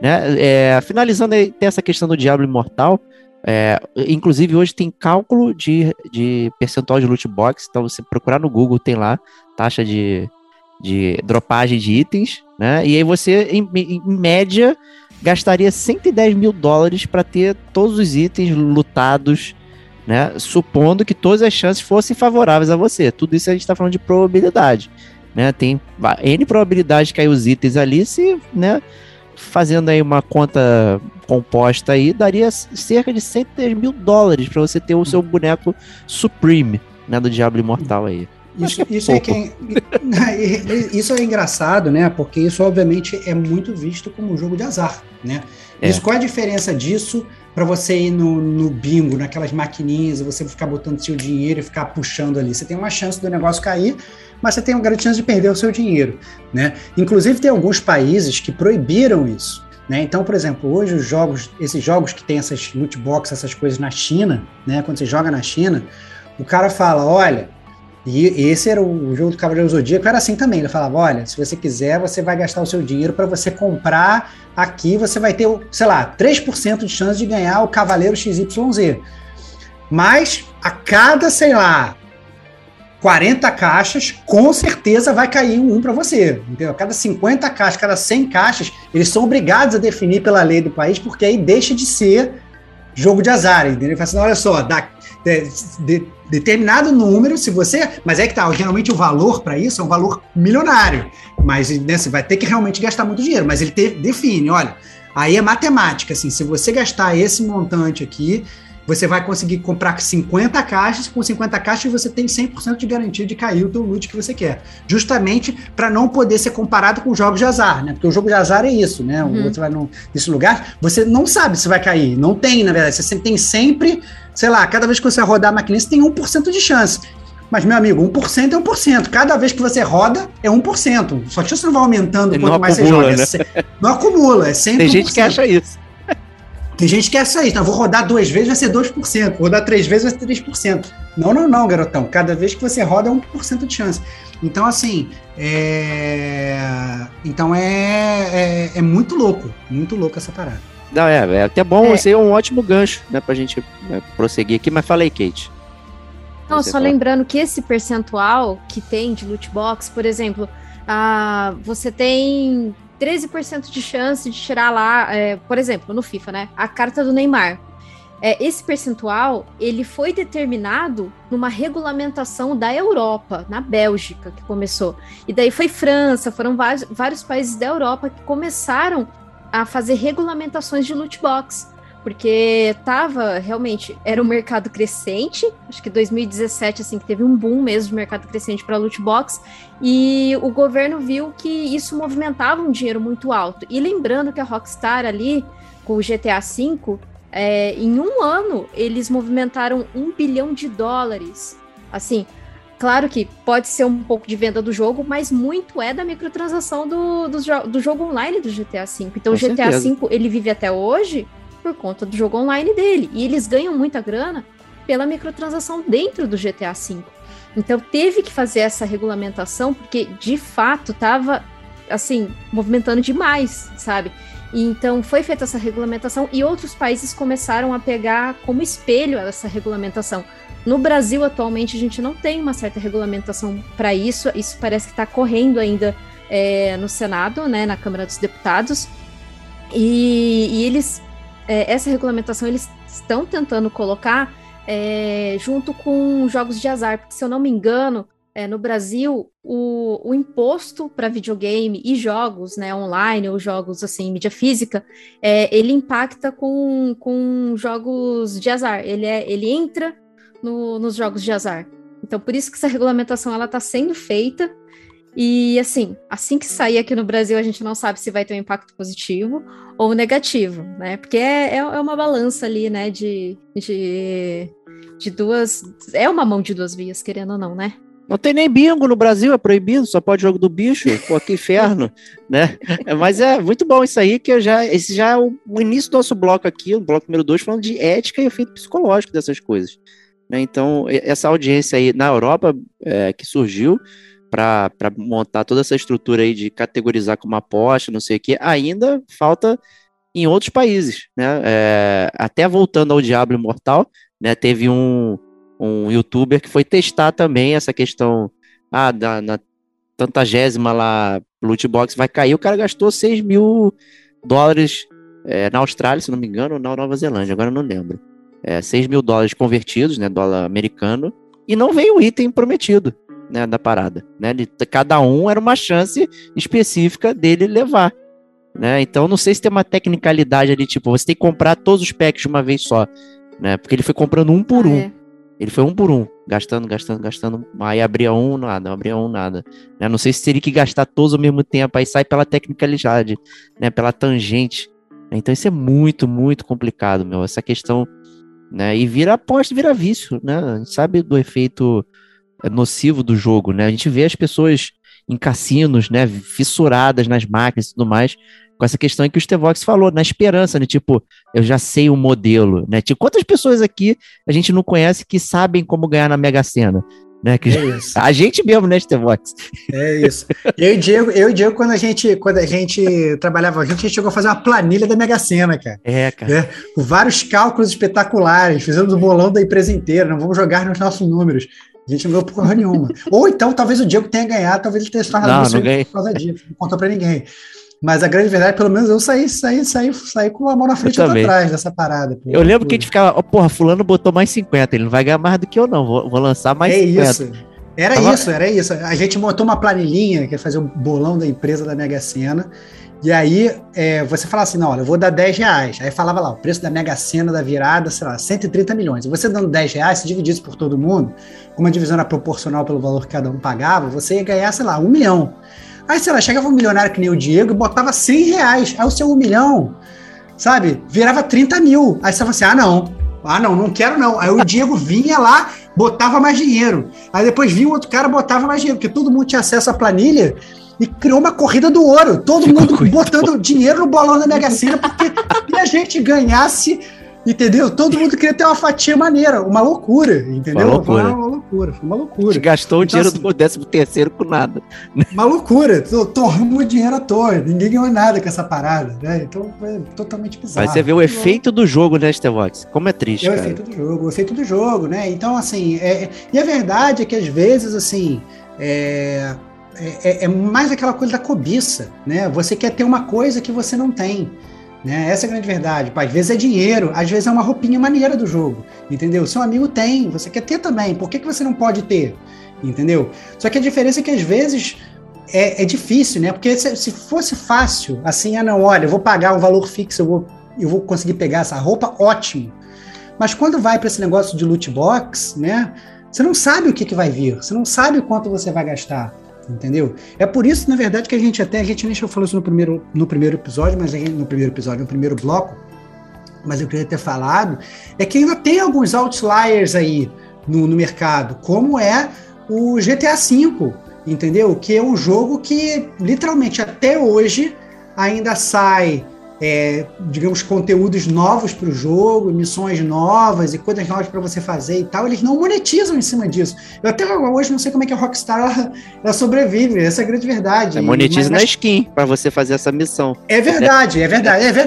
Né? Finalizando aí, tem essa questão do Diablo Immortal. Inclusive hoje tem cálculo de percentual de loot box, então você procurar no Google, tem lá taxa de dropagem de itens, né? E aí você, em média, gastaria $110 mil para ter todos os itens lutados, né? Supondo que todas as chances fossem favoráveis a você. Tudo isso a gente está falando de probabilidade, né? Tem N probabilidade de cair os itens ali, se, né, fazendo aí uma conta composta aí, daria cerca de $110 mil para você ter o seu boneco Supreme, né, do Diablo Immortal aí. Isso é engraçado, né? Porque isso, obviamente, é muito visto como um jogo de azar, né? Qual é a diferença disso para você ir no bingo, naquelas maquininhas, e você ficar botando seu dinheiro e ficar puxando ali? Você tem uma chance do negócio cair, mas você tem uma grande chance de perder o seu dinheiro, né? Inclusive, tem alguns países que proibiram isso, né? Então, por exemplo, hoje esses jogos que tem essas loot box, essas coisas na China, né? Quando você joga na China, o cara fala, olha... E esse era o jogo do Cavaleiro Zodíaco, era assim também, ele falava, olha, se você quiser, você vai gastar o seu dinheiro para você comprar aqui, você vai ter, sei lá, 3% de chance de ganhar o Cavaleiro XYZ. Mas a cada, sei lá, 40 caixas, com certeza vai cair um para você, entendeu? A cada 50 caixas, cada 100 caixas, eles são obrigados a definir pela lei do país, porque aí deixa de ser jogo de azar, entendeu? Ele fala assim, olha só, determinado número, se você... Mas é que tá, geralmente o valor para isso é um valor milionário, mas né, você vai ter que realmente gastar muito dinheiro, mas ele define, olha, aí é matemática, assim, se você gastar esse montante aqui, você vai conseguir comprar 50 caixas, com 50 caixas você tem 100% de garantia de cair o teu loot que você quer, justamente para não poder ser comparado com jogos de azar, né? Porque o jogo de azar é isso, né? Você vai nesse lugar, você não sabe se vai cair, não tem, na verdade, você tem sempre, sei lá, cada vez que você rodar a maquininha, você tem 1% de chance. Mas, meu amigo, 1% é 1%. Cada vez que você roda, é 1%. Sua chance não vai aumentando quanto mais acumula, você joga. Né? Não acumula, é sempre 1%. Tem gente que acha isso. Tem gente que quer isso aí, então vou rodar 2 vezes, vai ser 2%, vou rodar 3 vezes, vai ser 3%. Não, garotão. Cada vez que você roda, é 1% de chance. Então, assim, então é muito louco essa parada. Não, é até bom, esse é um ótimo gancho, né, pra gente prosseguir aqui, mas fala aí, Kate. Não, só lembrando que esse percentual que tem de loot box, por exemplo, você tem 13% de chance de tirar lá, por exemplo, no FIFA, né, a carta do Neymar. Esse percentual, ele foi determinado numa regulamentação da Europa, na Bélgica, que começou. E daí foi França, foram vários países da Europa que começaram a fazer regulamentações de loot box, porque era um mercado crescente, acho que 2017, assim, que teve um boom mesmo de mercado crescente para loot box, e o governo viu que isso movimentava um dinheiro muito alto. E lembrando que a Rockstar ali, com o GTA V, em um ano, eles movimentaram $1 bilhão. Assim, claro que pode ser um pouco de venda do jogo, mas muito é da microtransação do jogo online do GTA V. Então, o GTA V, ele vive até hoje por conta do jogo online dele. E eles ganham muita grana pela microtransação dentro do GTA V. Então, teve que fazer essa regulamentação, porque, de fato, estava, assim, movimentando demais, sabe? E, então, foi feita essa regulamentação e outros países começaram a pegar como espelho essa regulamentação. No Brasil, atualmente, a gente não tem uma certa regulamentação para isso. Isso parece que está correndo ainda no Senado, né, na Câmara dos Deputados. E eles... essa regulamentação eles estão tentando colocar junto com jogos de azar, porque, se eu não me engano, no Brasil, o imposto para videogame e jogos, né, online ou jogos assim, mídia física, ele impacta com jogos de azar, ele entra nos jogos de azar. Então, por isso que essa regulamentação está sendo feita. E assim que sair aqui no Brasil, a gente não sabe se vai ter um impacto positivo ou negativo, né? Porque é uma balança ali, né? De duas... É uma mão de duas vias, querendo ou não, né? Não tem nem bingo no Brasil, é proibido, só pode jogo do bicho, pô, que inferno, né? Mas é muito bom isso aí, que esse já é o início do nosso bloco aqui, o bloco número 2, falando de ética e efeito psicológico dessas coisas, né? Então, essa audiência aí na Europa que surgiu para montar toda essa estrutura aí de categorizar como aposta, não sei o que, ainda falta em outros países, né? Até voltando ao Diablo Imortal, né? Teve um youtuber que foi testar também essa questão na tantagésima lá, loot box vai cair, o cara gastou $6 mil na Austrália, se não me engano, ou na Nova Zelândia, agora eu não lembro. $6 mil convertidos, né, dólar americano, e não veio o item prometido, né, da parada, né? Cada um era uma chance específica dele levar, né? Então não sei se tem uma tecnicalidade ali, tipo, você tem que comprar todos os packs de uma vez só, né? Porque ele foi comprando um por um. Ele foi um por um, gastando. Aí abria um, nada. Né? Não sei se teria que gastar todos ao mesmo tempo. Aí sai pela tecnicalidade, né? Pela tangente. Então isso é muito, muito complicado, meu. Essa questão, né? E vira aposta, vira vício, né? A gente sabe do efeito nocivo do jogo, né? A gente vê as pessoas em cassinos, né? Fissuradas nas máquinas e tudo mais. Com essa questão que o Stevox falou, na esperança, né? Tipo, eu já sei o modelo, né? Tipo, quantas pessoas aqui a gente não conhece que sabem como ganhar na Mega Sena? Né? Que É isso. a gente mesmo, né, Stevox? É isso. Eu e Diego, quando a gente trabalhava, a gente chegou a fazer uma planilha da Mega Sena, cara. Cara. Com vários cálculos espetaculares, fizemos o bolão da empresa inteira, não vamos jogar nos nossos números. A gente não ganhou porra nenhuma. Ou então, talvez o Diego tenha ganhado, talvez ele tenha se tornado não ganhei por causa disso, não contou pra ninguém. Mas a grande verdade, pelo menos eu saí com a mão na frente e outra atrás dessa parada. Pô. Eu lembro que a gente ficava, porra, fulano botou mais 50, ele não vai ganhar mais do que eu não, vou lançar mais 50. Isso. Era isso. A gente montou uma planilhinha, que ia fazer o bolão da empresa da Mega Sena, e aí você falava assim, não, olha, eu vou dar R$10. Aí falava lá, o preço da Mega Sena da virada, sei lá, 130 milhões. E você dando R$10, se dividisse por todo mundo, como a divisão era proporcional pelo valor que cada um pagava, você ia ganhar, sei lá, 1 milhão. Aí, sei lá, chegava um milionário que nem o Diego e botava R$100. Aí o seu 1 milhão, sabe, virava 30 mil. Aí você falava assim, não quero não. Aí o Diego vinha lá, botava mais dinheiro. Aí depois vinha outro cara, botava mais dinheiro, porque todo mundo tinha acesso à planilha e criou uma corrida do ouro. Todo mundo botando dinheiro no bolão da Mega Sena, porque se a gente ganhasse, entendeu? Todo mundo queria ter uma fatia maneira, uma loucura, entendeu? Foi uma loucura. A gente gastou o dinheiro do 13º com nada. Uma loucura, torramos o dinheiro à toa, ninguém ganhou nada com essa parada, né? Então foi totalmente bizarro. Mas você vê o efeito do jogo, né, Stevox? Como é triste, cara. O efeito do jogo, né? Então, assim, e a verdade é que às vezes, assim, é mais aquela coisa da cobiça, né? Você quer ter uma coisa que você não tem. Né? Essa é a grande verdade. Às vezes é dinheiro, às vezes é uma roupinha maneira do jogo, entendeu? Seu amigo tem, você quer ter também, por que você não pode ter? Entendeu? Só que a diferença é que às vezes é difícil, né? Porque se fosse fácil, assim, olha, eu vou pagar um valor fixo, eu vou conseguir pegar essa roupa, ótimo. Mas quando vai para esse negócio de loot box, né? Você não sabe o que vai vir, você não sabe o quanto você vai gastar. Entendeu? É por isso, na verdade, que a gente nem falou isso no primeiro episódio, mas no primeiro bloco, mas eu queria ter falado, é que ainda tem alguns outliers aí no mercado, como é o GTA V, entendeu? Que é um jogo que, literalmente, até hoje, ainda sai, digamos, conteúdos novos para o jogo, missões novas e coisas novas para você fazer e tal, eles não monetizam em cima disso. Eu até hoje não sei como é que a Rockstar ela sobrevive, essa é a grande verdade. Monetiza na skin para você fazer essa missão. É verdade. Isso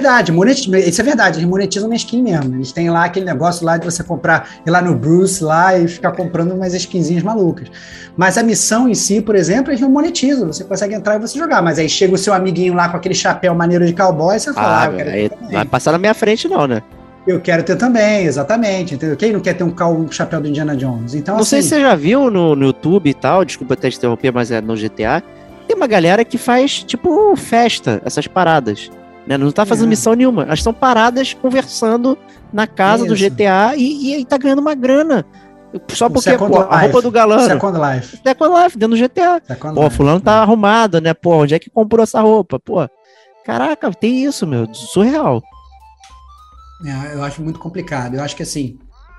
é verdade, eles monetizam na skin mesmo. Eles têm lá aquele negócio lá de você comprar, ir lá no Bruce lá e ficar comprando umas skinzinhas malucas. Mas a missão em si, por exemplo, eles não monetizam. Você consegue entrar e você jogar, mas aí chega o seu amiguinho lá com aquele chapéu maneiro de cowboy e você fala, não vai passar na minha frente não, né? Eu quero ter também, exatamente, entendeu? Quem não quer ter um chapéu do Indiana Jones? Então, não sei se você já viu no YouTube e tal, desculpa até te interromper, mas é no GTA, tem uma galera que faz, tipo, festa, essas paradas, né? Não tá fazendo missão nenhuma, elas estão paradas conversando na casa do GTA e tá ganhando uma grana. Só porque a roupa do galã. Second Life, dentro do GTA. Fulano tá arrumado, né? Pô, onde é que comprou essa roupa? Pô, caraca, tem isso, meu, surreal. Eu acho muito complicado. Eu acho que, assim,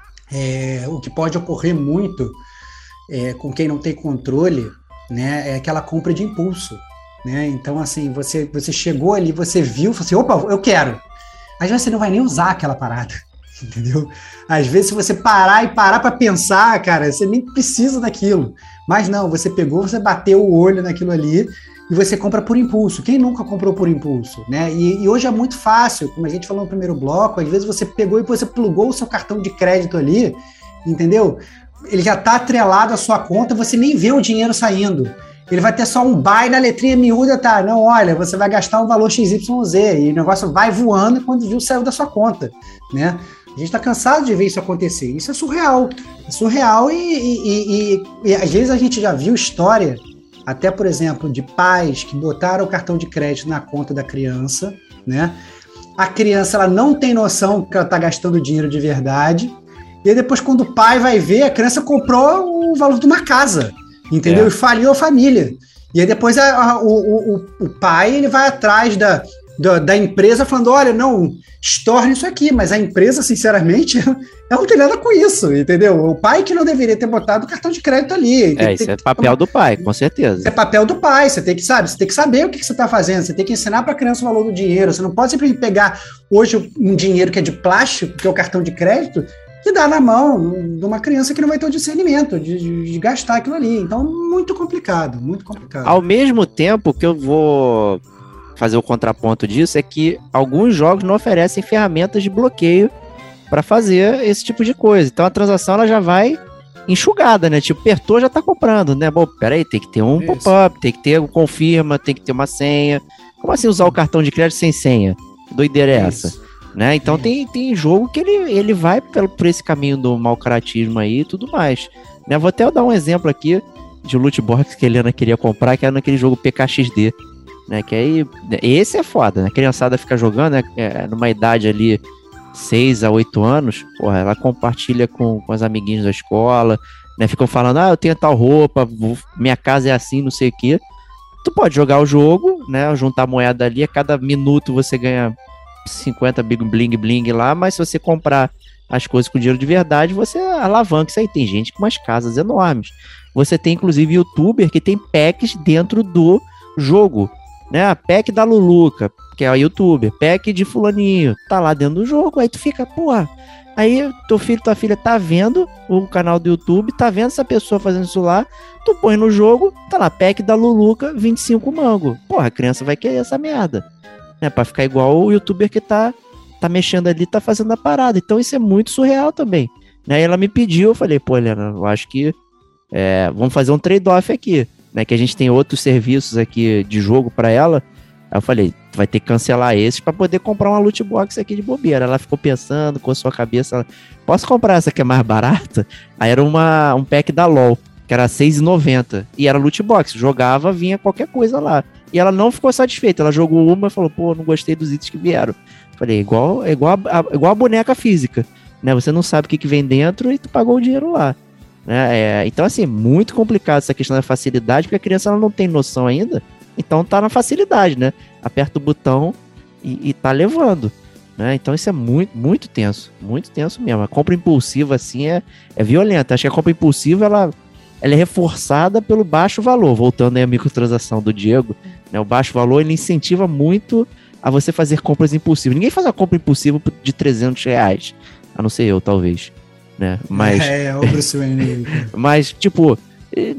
o que pode ocorrer muito com quem não tem controle, né, é aquela compra de impulso, né? Então, assim, você chegou ali, você viu, falou assim, opa, eu quero. Às vezes você não vai nem usar aquela parada, entendeu? Às vezes, se você parar para pensar, cara, você nem precisa daquilo. Mas não, você pegou, você bateu o olho naquilo ali e você compra por impulso. Quem nunca comprou por impulso, né? E hoje é muito fácil, como a gente falou no primeiro bloco, às vezes você pegou e você plugou o seu cartão de crédito ali, entendeu? Ele já está atrelado à sua conta, você nem vê o dinheiro saindo. Ele vai ter só um buy na letrinha miúda, tá? Não, olha, você vai gastar um valor XYZ e o negócio vai voando quando viu, saiu da sua conta, né? A gente está cansado de ver isso acontecer. Isso é surreal. É surreal e às vezes a gente já viu história, até, por exemplo, de pais que botaram o cartão de crédito na conta da criança, né? A criança ela não tem noção que ela está gastando dinheiro de verdade E aí depois, quando o pai vai ver, a criança comprou o valor de uma casa, entendeu? E faliu a família. E aí depois o pai, ele vai atrás da empresa falando, olha, não, estorne isso aqui, mas a empresa, sinceramente, ela não tem nada com isso, entendeu? O pai que não deveria ter botado o cartão de crédito ali. Isso é papel do pai, com certeza. É papel do pai, você tem que saber o que você está fazendo, você tem que ensinar para a criança o valor do dinheiro, você não pode simplesmente pegar hoje um dinheiro que é de plástico, que é o cartão de crédito, e dar na mão de uma criança que não vai ter o discernimento de gastar aquilo ali. Então, muito complicado, muito complicado. Ao mesmo tempo que eu vou fazer o contraponto disso, é que alguns jogos não oferecem ferramentas de bloqueio para fazer esse tipo de coisa. Então a transação ela já vai enxugada, né? Tipo, apertou, já tá comprando, né? Bom, peraí, tem que ter um pop-up, tem que ter um confirma, tem que ter uma senha. Como assim usar o cartão de crédito sem senha? Que doideira é essa? Né? Então tem jogo que ele vai por esse caminho do mau caratismo aí e tudo mais. Né? Vou até dar um exemplo aqui de loot box que a Helena queria comprar, que era naquele jogo PKXD. Né, que aí, esse é foda, né? A criançada fica jogando, né, numa idade ali 6 a 8 anos, porra, ela compartilha com as amiguinhas da escola, né? Ficam falando, eu tenho tal roupa, minha casa é assim, não sei o que. Tu pode jogar o jogo, né? Juntar moeda ali, a cada minuto você ganha 50 bling bling lá, mas se você comprar as coisas com dinheiro de verdade, você alavanca isso aí. Tem gente com umas casas enormes. Você tem, inclusive, youtuber que tem packs dentro do jogo. Né, a pack da Luluca, que é a youtuber, pack de fulaninho, tá lá dentro do jogo, aí tu fica, porra, aí teu filho, tua filha tá vendo o canal do YouTube, tá vendo essa pessoa fazendo isso lá, tu põe no jogo, tá lá, pack da Luluca, 25 mango, porra, a criança vai querer essa merda, né, pra ficar igual o youtuber que tá mexendo ali, tá fazendo a parada, então isso é muito surreal também, né, aí ela me pediu, eu falei, pô, Helena, eu acho que vamos fazer um trade-off aqui, né, que a gente tem outros serviços aqui de jogo para ela. Aí eu falei, tu vai ter que cancelar esses para poder comprar uma loot box aqui de bobeira. Ela ficou pensando com a sua cabeça, ela, posso comprar essa que é mais barata? Aí era um pack da LOL, que era R$6,90, e era loot box, jogava, vinha qualquer coisa lá. E ela não ficou satisfeita, ela jogou uma e falou, pô, não gostei dos itens que vieram. Falei, igual a boneca física, né? Você não sabe o que vem dentro e tu pagou o dinheiro lá. Então, assim, muito complicado essa questão da facilidade, porque a criança ela não tem noção ainda, então tá na facilidade, né? Aperta o botão e tá levando, né? Então isso é muito, muito tenso mesmo. A compra impulsiva, assim, é violenta. Acho que a compra impulsiva, ela é reforçada pelo baixo valor, voltando aí à microtransação do Diego, né? O baixo valor, ele incentiva muito a você fazer compras impulsivas. Ninguém faz uma compra impulsiva de R$300, a não ser eu, talvez. Né? Mas, o Bruce Wayne. Mas, tipo, R$10,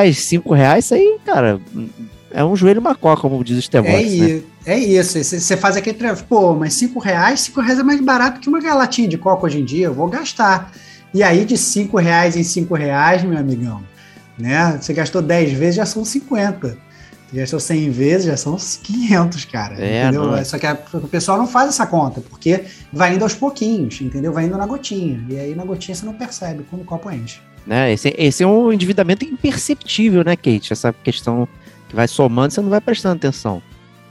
R$5, isso aí, cara, é um joelho macó, como diz o Stevox, né? É isso, você faz aquele trevo, pô, mas R$5 é mais barato que uma latinha de coca hoje em dia, eu vou gastar. E aí, de R$5 em R$5, meu amigão, né? Você gastou 10 vezes, já são 50. Você gastou 100 vezes, já são 500, cara. Entendeu? Não. Só que o pessoal não faz essa conta, porque vai indo aos pouquinhos, entendeu? Vai indo na gotinha. E aí, na gotinha, você não percebe quando o copo enche. Né? Esse é um endividamento imperceptível, né, Kate? Essa questão que vai somando, você não vai prestando atenção.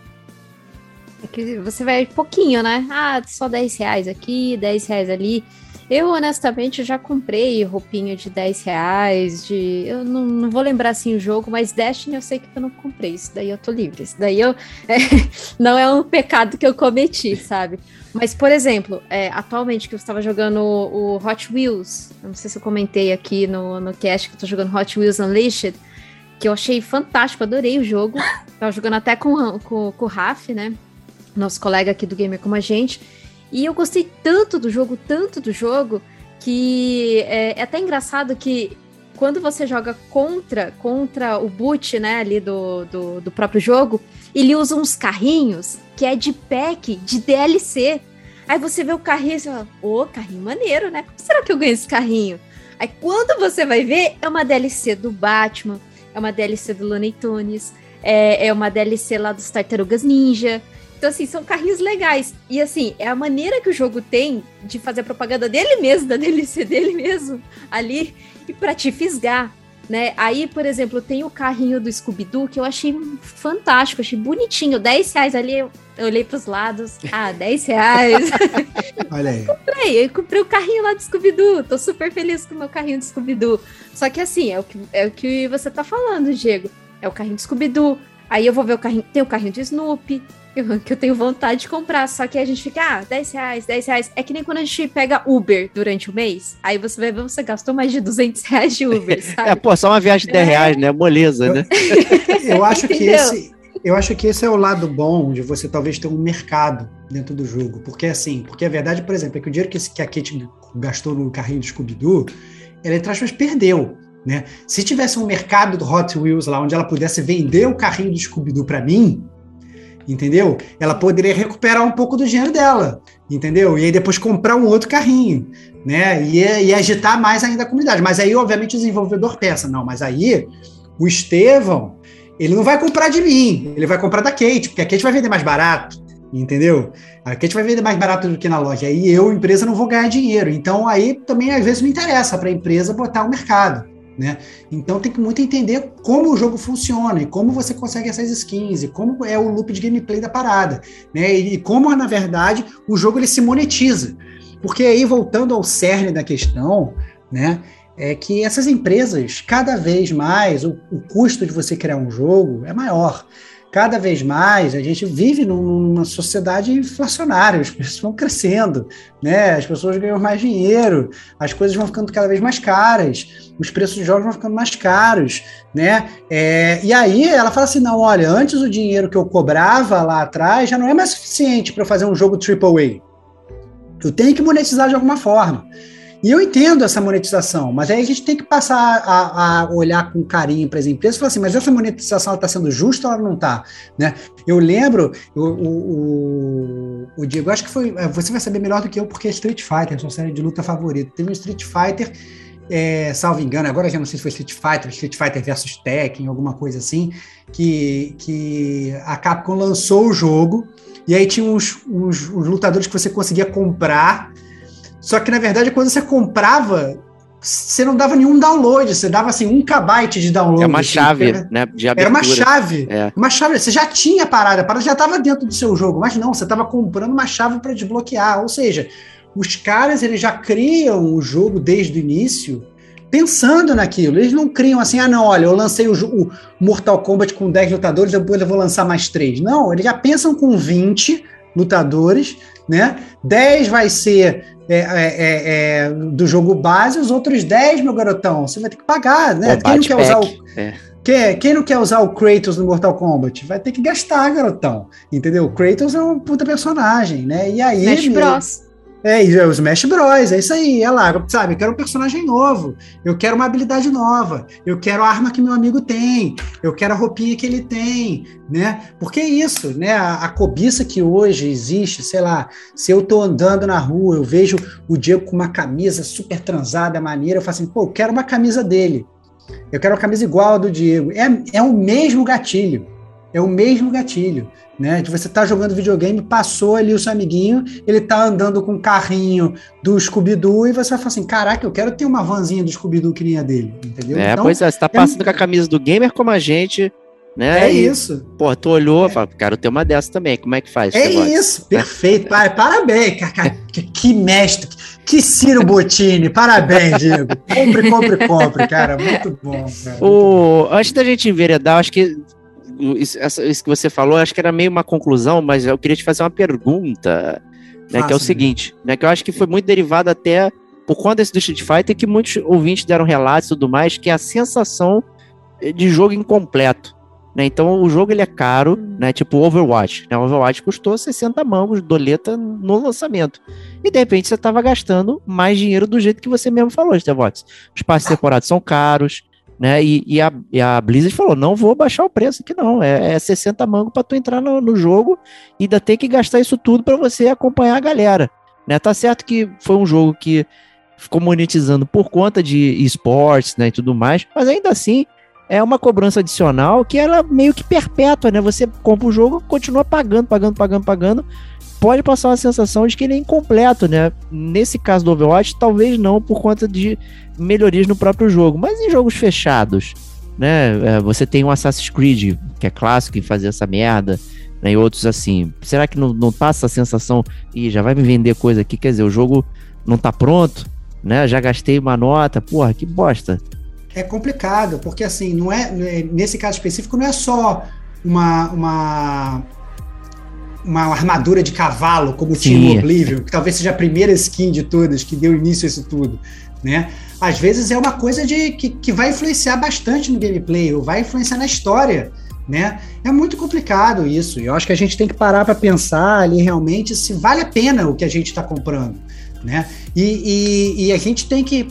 É que você vai pouquinho, né? Só R$10 aqui, R$10 ali. Eu, honestamente, já comprei roupinha de R$10, eu não vou lembrar assim o jogo, mas Destiny eu sei que eu não comprei, isso daí eu tô livre, isso daí não é um pecado que eu cometi, sabe? Mas, por exemplo, atualmente que eu estava jogando o Hot Wheels, eu não sei se eu comentei aqui no cast que eu tô jogando Hot Wheels Unleashed, que eu achei fantástico, adorei o jogo, tava jogando até com o Raf, né, nosso colega aqui do Gamer Como a Gente. E eu gostei tanto do jogo, que é até engraçado que quando você joga contra o boot, né, ali do próprio jogo, ele usa uns carrinhos que é de pack, de DLC. Aí você vê o carrinho e você fala, carrinho maneiro, né? Como será que eu ganho esse carrinho? Aí quando você vai ver, é uma DLC do Batman, é uma DLC do Looney Tunes, é uma DLC lá dos Tartarugas Ninja. Então, assim, são carrinhos legais. E, assim, é a maneira que o jogo tem de fazer a propaganda dele mesmo, da DLC dele mesmo, ali, e pra te fisgar. né? Aí, por exemplo, tem o carrinho do Scooby-Doo que eu achei fantástico, achei bonitinho. R$10 ali, eu olhei pros lados. Ah, R$10. Olha aí. Eu comprei o carrinho lá do Scooby-Doo. Tô super feliz com o meu carrinho do Scooby-Doo. Só que assim, é o que você tá falando, Diego. É o carrinho do Scooby-Doo. Aí eu vou ver o carrinho. Tem o carrinho de Snoopy, que eu tenho vontade de comprar. Só que a gente fica, R$10. É que nem quando a gente pega Uber durante o mês. Aí você vai ver, você gastou mais de R$200 de Uber, sabe? Só uma viagem de R$10, né? Moleza, né? Eu acho que esse é o lado bom de você talvez ter um mercado dentro do jogo. Porque a verdade, por exemplo, é que o dinheiro que a Kate gastou no carrinho do Scooby-Doo, ela, entre aspas, perdeu. Né? Se tivesse um mercado do Hot Wheels lá, onde ela pudesse vender o carrinho do Scooby-Doo para mim, entendeu? Ela poderia recuperar um pouco do dinheiro dela, entendeu? E aí depois comprar um outro carrinho, né? E agitar mais ainda a comunidade. Mas aí, obviamente, o desenvolvedor pensa, não, mas aí o Estevão, ele não vai comprar de mim, ele vai comprar da Kate, porque a Kate vai vender mais barato, entendeu? A Kate vai vender mais barato do que na loja. Aí eu, empresa, não vou ganhar dinheiro. Então aí também, às vezes, não interessa para a empresa botar o mercado. Né? Então tem que muito entender como o jogo funciona e como você consegue essas skins e como é o loop de gameplay da parada, né? E como, na verdade, o jogo ele se monetiza. Porque aí, voltando ao cerne da questão, né, é que essas empresas, cada vez mais, o custo de você criar um jogo é maior. Cada vez mais a gente vive numa sociedade inflacionária, as pessoas vão crescendo, né? As pessoas ganham mais dinheiro, as coisas vão ficando cada vez mais caras, os preços de jogos vão ficando mais caros, né? E aí ela fala assim, não, olha, antes o dinheiro que eu cobrava lá atrás já não é mais suficiente para fazer um jogo AAA. Eu tenho que monetizar de alguma forma. E eu entendo essa monetização, mas aí a gente tem que passar a olhar com carinho para as empresas e falar assim, mas essa monetização está sendo justa ou ela não está? Né? Eu lembro, o Diego, acho que foi, você vai saber melhor do que eu, porque é Street Fighter, sua série de luta favorita. Teve um Street Fighter, salvo engano, agora já não sei se foi Street Fighter versus Tekken, alguma coisa assim, que a Capcom lançou o jogo, e aí tinha uns lutadores que você conseguia comprar. Só que, na verdade, quando você comprava, você não dava nenhum download, você dava, assim, 1 KB de download. É uma chave, né, de abertura. Era uma chave, uma chave. Você já tinha a parada já estava dentro do seu jogo, mas não, você estava comprando uma chave para desbloquear. Ou seja, os caras, eles já criam o jogo desde o início pensando naquilo. Eles não criam assim, não, olha, eu lancei o Mortal Kombat com 10 lutadores, depois eu vou lançar mais 3. Não, eles já pensam com 20 lutadores, né? 10 vai ser do jogo base, os outros 10, meu garotão, você vai ter que pagar, né? Quem não quer usar o Kratos no Mortal Kombat? Vai ter que gastar, garotão, entendeu? O Kratos é um puta personagem, né? E aí... Smash Bros. O Smash Bros, é isso aí, sabe, eu quero um personagem novo, eu quero uma habilidade nova, eu quero a arma que meu amigo tem, eu quero a roupinha que ele tem, né, porque é isso, né, a cobiça que hoje existe, sei lá, se eu tô andando na rua, eu vejo o Diego com uma camisa super transada, maneira, eu falo assim, pô, eu quero uma camisa dele, eu quero uma camisa igual a do Diego, é o mesmo gatilho, né? De você tá jogando videogame, passou ali o seu amiguinho, ele tá andando com um carrinho do Scooby-Doo e você vai falar assim, caraca, eu quero ter uma vanzinha do Scooby-Doo que nem a dele, entendeu? Então, pois é, você tá passando com a camisa do gamer como a gente, né? Isso. Pô, tu olhou e falou, quero ter uma dessa também, como é que faz? Isso, perfeito, parabéns, cara, que mestre, que Ciro Bottini, parabéns, Diego, compre, cara, muito bom, cara. Antes da gente enveredar, acho que isso que você falou, acho que era meio uma conclusão, mas eu queria te fazer uma pergunta, né, que é o seguinte, né, que eu acho que foi muito derivado até por conta desse do Street Fighter, que muitos ouvintes deram relatos e tudo mais, que é a sensação de jogo incompleto, né, então o jogo ele é caro, né, tipo Overwatch, né, Overwatch custou 60 mangos, doleta no lançamento, e de repente você estava gastando mais dinheiro do jeito que você mesmo falou, Estevox. Os passes temporados são caros, né? E a Blizzard falou, não vou baixar o preço aqui não, é 60 mangos para tu entrar no jogo e ainda ter que gastar isso tudo para você acompanhar a galera, né? Tá certo que foi um jogo que ficou monetizando por conta de esportes, né, e tudo mais, mas ainda assim é uma cobrança adicional que ela meio que perpétua, né? Você compra o jogo, continua pagando, pode passar uma sensação de que ele é incompleto, né? Nesse caso do Overwatch, talvez não por conta de melhorias no próprio jogo, mas em jogos fechados, né? Você tem um Assassin's Creed, que é clássico em fazer essa merda, né? E outros assim. Será que não passa a sensação, já vai me vender coisa aqui, quer dizer, o jogo não tá pronto, né? Já gastei uma nota, porra, que bosta. É complicado, porque assim, nesse caso específico, não é só uma armadura de cavalo, como tinha no Oblivion, que talvez seja a primeira skin de todas que deu início a isso tudo, né? Às vezes é uma coisa que vai influenciar bastante no gameplay, ou vai influenciar na história, né? É muito complicado isso, e eu acho que a gente tem que parar para pensar ali realmente se vale a pena o que a gente está comprando, né? E a gente tem que...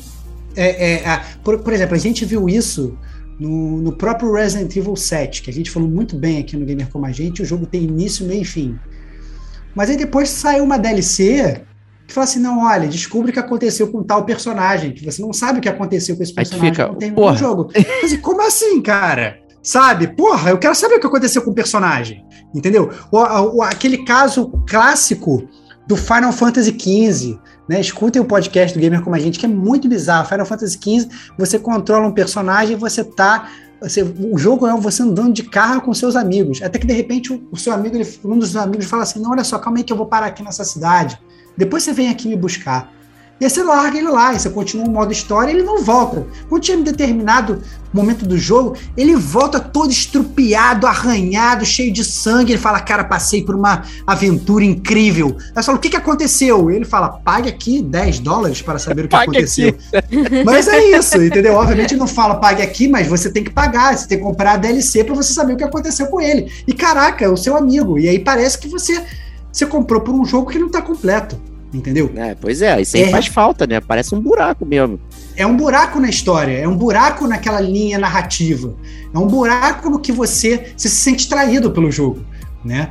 por exemplo, a gente viu isso no próprio Resident Evil 7, que a gente falou muito bem aqui no Gamer Como a Gente, o jogo tem início, meio e fim. Mas aí depois saiu uma DLC que fala assim, não, olha, descobre o que aconteceu com tal personagem, que você não sabe o que aconteceu com esse personagem, fica, não tem no jogo. Mas como assim, cara? Sabe? Porra, eu quero saber o que aconteceu com o personagem, entendeu? Aquele caso clássico do Final Fantasy XV, né? Escutem o podcast do Gamer Como a Gente, que é muito bizarro. Final Fantasy XV, você controla um personagem e o jogo é você andando de carro com seus amigos, até que de repente um dos seus amigos fala assim, não, olha só, calma aí que eu vou parar aqui nessa cidade, depois você vem aqui me buscar. E aí você larga ele lá, e você continua o modo história e ele não volta. Quando tinha um determinado momento do jogo, ele volta todo estrupiado, arranhado, cheio de sangue. Ele fala, cara, passei por uma aventura incrível. Aí você fala, o que aconteceu? Ele fala, pague aqui $10 para saber o que aconteceu. Mas é isso, entendeu? Obviamente não fala pague aqui, mas você tem que pagar, você tem que comprar a DLC para você saber o que aconteceu com ele. E caraca, é o seu amigo. E aí parece que você comprou por um jogo que não está completo. Entendeu? Pois é, isso aí faz falta, né? Parece um buraco mesmo. É um buraco na história, é um buraco naquela linha narrativa, é um buraco no que você se sente traído pelo jogo, né?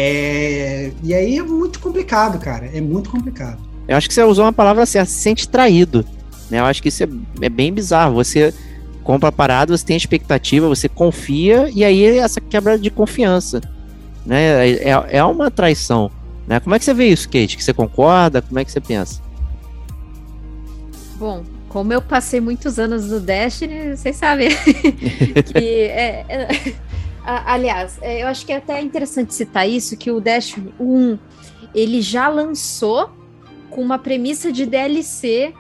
E aí é muito complicado, cara, é muito complicado. Eu acho que você usou uma palavra certa, se sente traído, né? Eu acho que isso é bem bizarro, você compra a parada, você tem expectativa, você confia, e aí essa quebra de confiança, né? É uma traição. Né? Como é que você vê isso, Kate? Que você concorda? Como é que você pensa? Bom, como eu passei muitos anos no Destiny, vocês sabem que aliás, eu acho que é até interessante citar isso, que o Destiny 1, ele já lançou com uma premissa de DLC,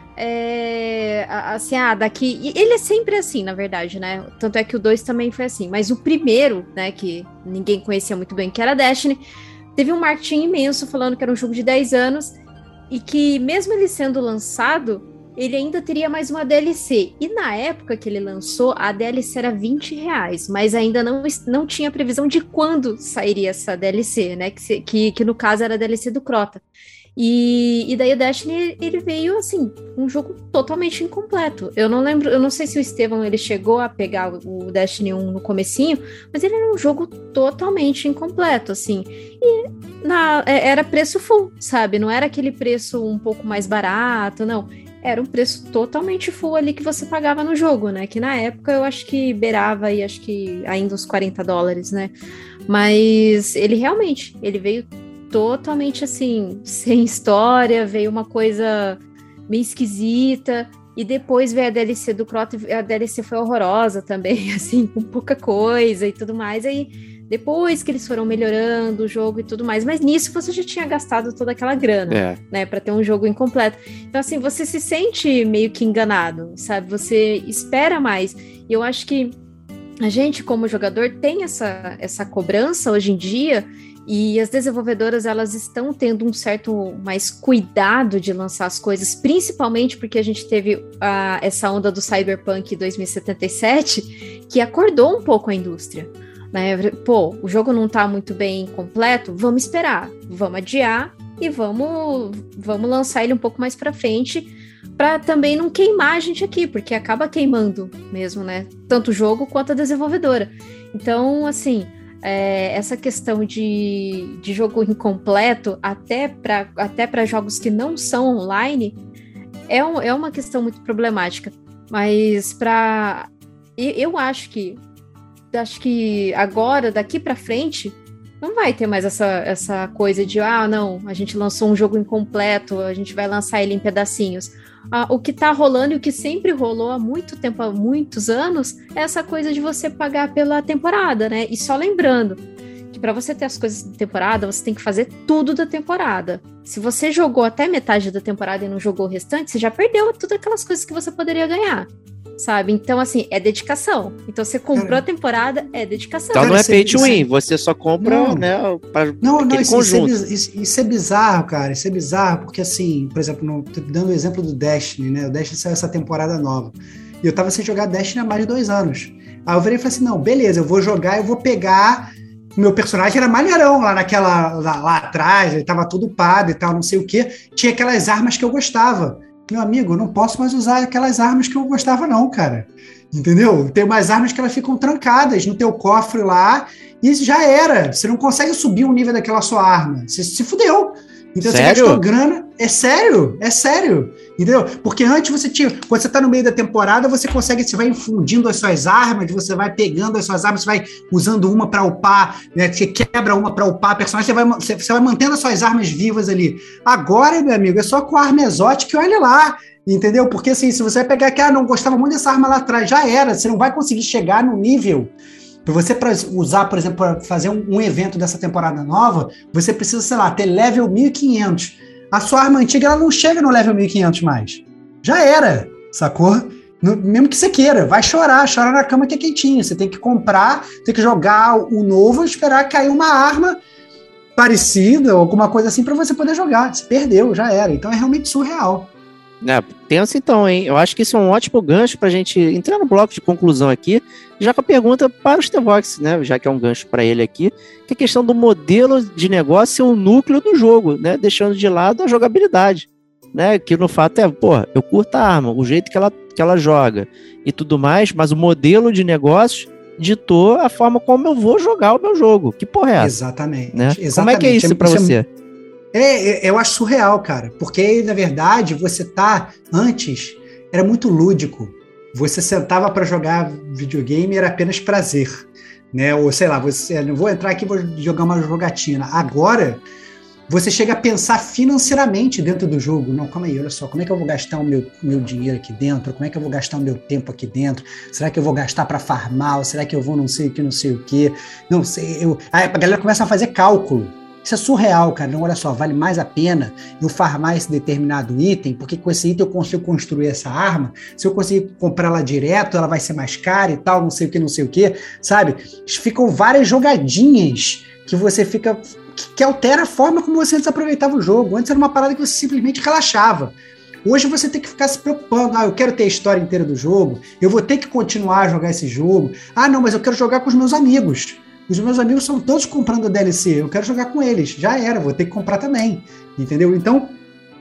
assim, daqui... E ele é sempre assim, na verdade, né? Tanto é que o 2 também foi assim. Mas o primeiro, né, que ninguém conhecia muito bem, que era Destiny, teve um marketing imenso falando que era um jogo de 10 anos e que, mesmo ele sendo lançado, ele ainda teria mais uma DLC. E na época que ele lançou, a DLC era R$20, mas ainda não tinha previsão de quando sairia essa DLC, né? Que no caso era a DLC do Crota. E daí o Destiny, ele veio, assim, um jogo totalmente incompleto. Eu não lembro, eu não sei se o Estevão, ele chegou a pegar o Destiny 1 no comecinho, mas ele era um jogo totalmente incompleto, assim. E era preço full, sabe? Não era aquele preço um pouco mais barato, não. Era um preço totalmente full ali que você pagava no jogo, né? Que na época eu acho que beirava aí, acho que ainda uns $40, né? Mas ele realmente, ele veio totalmente assim, sem história, veio uma coisa meio esquisita, e depois veio a DLC do Crota, e a DLC foi horrorosa também, assim, com pouca coisa e tudo mais, aí depois que eles foram melhorando o jogo e tudo mais, mas nisso você já tinha gastado toda aquela grana, né, pra ter um jogo incompleto. Então, assim, você se sente meio que enganado, sabe? Você espera mais, e eu acho que a gente, como jogador, tem essa cobrança hoje em dia. E as desenvolvedoras, elas estão tendo um certo mais cuidado de lançar as coisas, principalmente porque a gente teve essa onda do Cyberpunk 2077, que acordou um pouco a indústria, né? Pô, o jogo não tá muito bem completo, vamos esperar, vamos adiar e vamos lançar ele um pouco mais pra frente, para também não queimar a gente aqui, porque acaba queimando mesmo, né? Tanto o jogo quanto a desenvolvedora. Então, assim... essa questão de jogo incompleto até para jogos que não são online é uma questão muito problemática, mas eu acho que agora, daqui para frente, Não vai ter mais essa coisa de, não, a gente lançou um jogo incompleto, a gente vai lançar ele em pedacinhos. O que tá rolando e o que sempre rolou há muito tempo, há muitos anos, é essa coisa de você pagar pela temporada, né? E só lembrando que para você ter as coisas da temporada, você tem que fazer tudo da temporada. Se você jogou até metade da temporada e não jogou o restante, você já perdeu todas aquelas coisas que você poderia ganhar. Sabe? Então, assim, é dedicação. Então, você comprou a temporada, é dedicação. Então, não é pay to win. Você só compra, né, para aquele conjunto. Isso é bizarro, cara. Isso é bizarro, porque, assim, por exemplo, dando o exemplo do Destiny, né? O Destiny saiu essa temporada nova. E eu tava sem jogar Destiny há mais de 2 anos. Aí eu virei e falei assim, não, beleza, eu vou jogar, eu vou pegar... Meu personagem era malharão lá lá atrás, ele tava todo upado e tal, não sei o quê. Tinha aquelas armas que eu gostava. Meu amigo, eu não posso mais usar aquelas armas que eu gostava não, cara. Entendeu? Tem umas armas que elas ficam trancadas no teu cofre lá e já era. Você não consegue subir o nível daquela sua arma. Você se fudeu. Então sério? Você gastou grana. É sério. Entendeu? Porque antes você tinha... Quando você tá no meio da temporada, você vai infundindo as suas armas, você vai pegando as suas armas, você vai usando uma para upar, né? Você quebra uma para upar a personagem, você vai mantendo as suas armas vivas ali. Agora, meu amigo, é só com a arma exótica e olha lá. Entendeu? Porque assim, se você vai pegar que, não gostava muito dessa arma lá atrás, já era. Você não vai conseguir chegar no nível... Você, para usar, por exemplo, para fazer um evento dessa temporada nova, você precisa, sei lá, ter level 1500. A sua arma antiga, ela não chega no level 1500 mais. Já era, sacou? Mesmo que você queira, vai chorar na cama que é quentinho. Você tem que comprar, tem que jogar o novo e esperar cair uma arma parecida ou alguma coisa assim para você poder jogar. Você perdeu, já era. Então é realmente surreal. Pensa então, hein? Eu acho que isso é um ótimo gancho pra gente entrar no bloco de conclusão aqui, já com a pergunta para o Stevox, né? Já que é um gancho para ele aqui, que é a questão do modelo de negócio ser o núcleo do jogo, né? Deixando de lado a jogabilidade, né? Que no fato é, eu curto a arma, o jeito que ela joga e tudo mais, mas o modelo de negócio ditou a forma como eu vou jogar o meu jogo. Que porra é essa? Exatamente. Né? Como é que é isso pra você? Eu acho surreal, cara, porque na verdade antes era muito lúdico, você sentava para jogar videogame era apenas prazer, né? Ou sei lá, não vou entrar aqui e vou jogar uma jogatina. Agora você chega a pensar financeiramente dentro do jogo. Não, calma aí, olha só, como é que eu vou gastar o meu dinheiro aqui dentro? Como é que eu vou gastar o meu tempo aqui dentro? Será que eu vou gastar para farmar? Ou será que eu vou não sei o que? Não sei, aí a galera começa a fazer cálculo. Isso é surreal, cara. Não, olha só, vale mais a pena eu farmar esse determinado item, porque com esse item eu consigo construir essa arma. Se eu conseguir comprar ela direto, ela vai ser mais cara e tal, não sei o que, sabe? Ficam várias jogadinhas que você fica... que altera a forma como você desaproveitava o jogo. Antes era uma parada que você simplesmente relaxava. Hoje você tem que ficar se preocupando. Eu quero ter a história inteira do jogo, eu vou ter que continuar a jogar esse jogo. Não, mas eu quero jogar com os meus amigos. Os meus amigos são todos comprando DLC, eu quero jogar com eles, já era, vou ter que comprar também, entendeu? Então,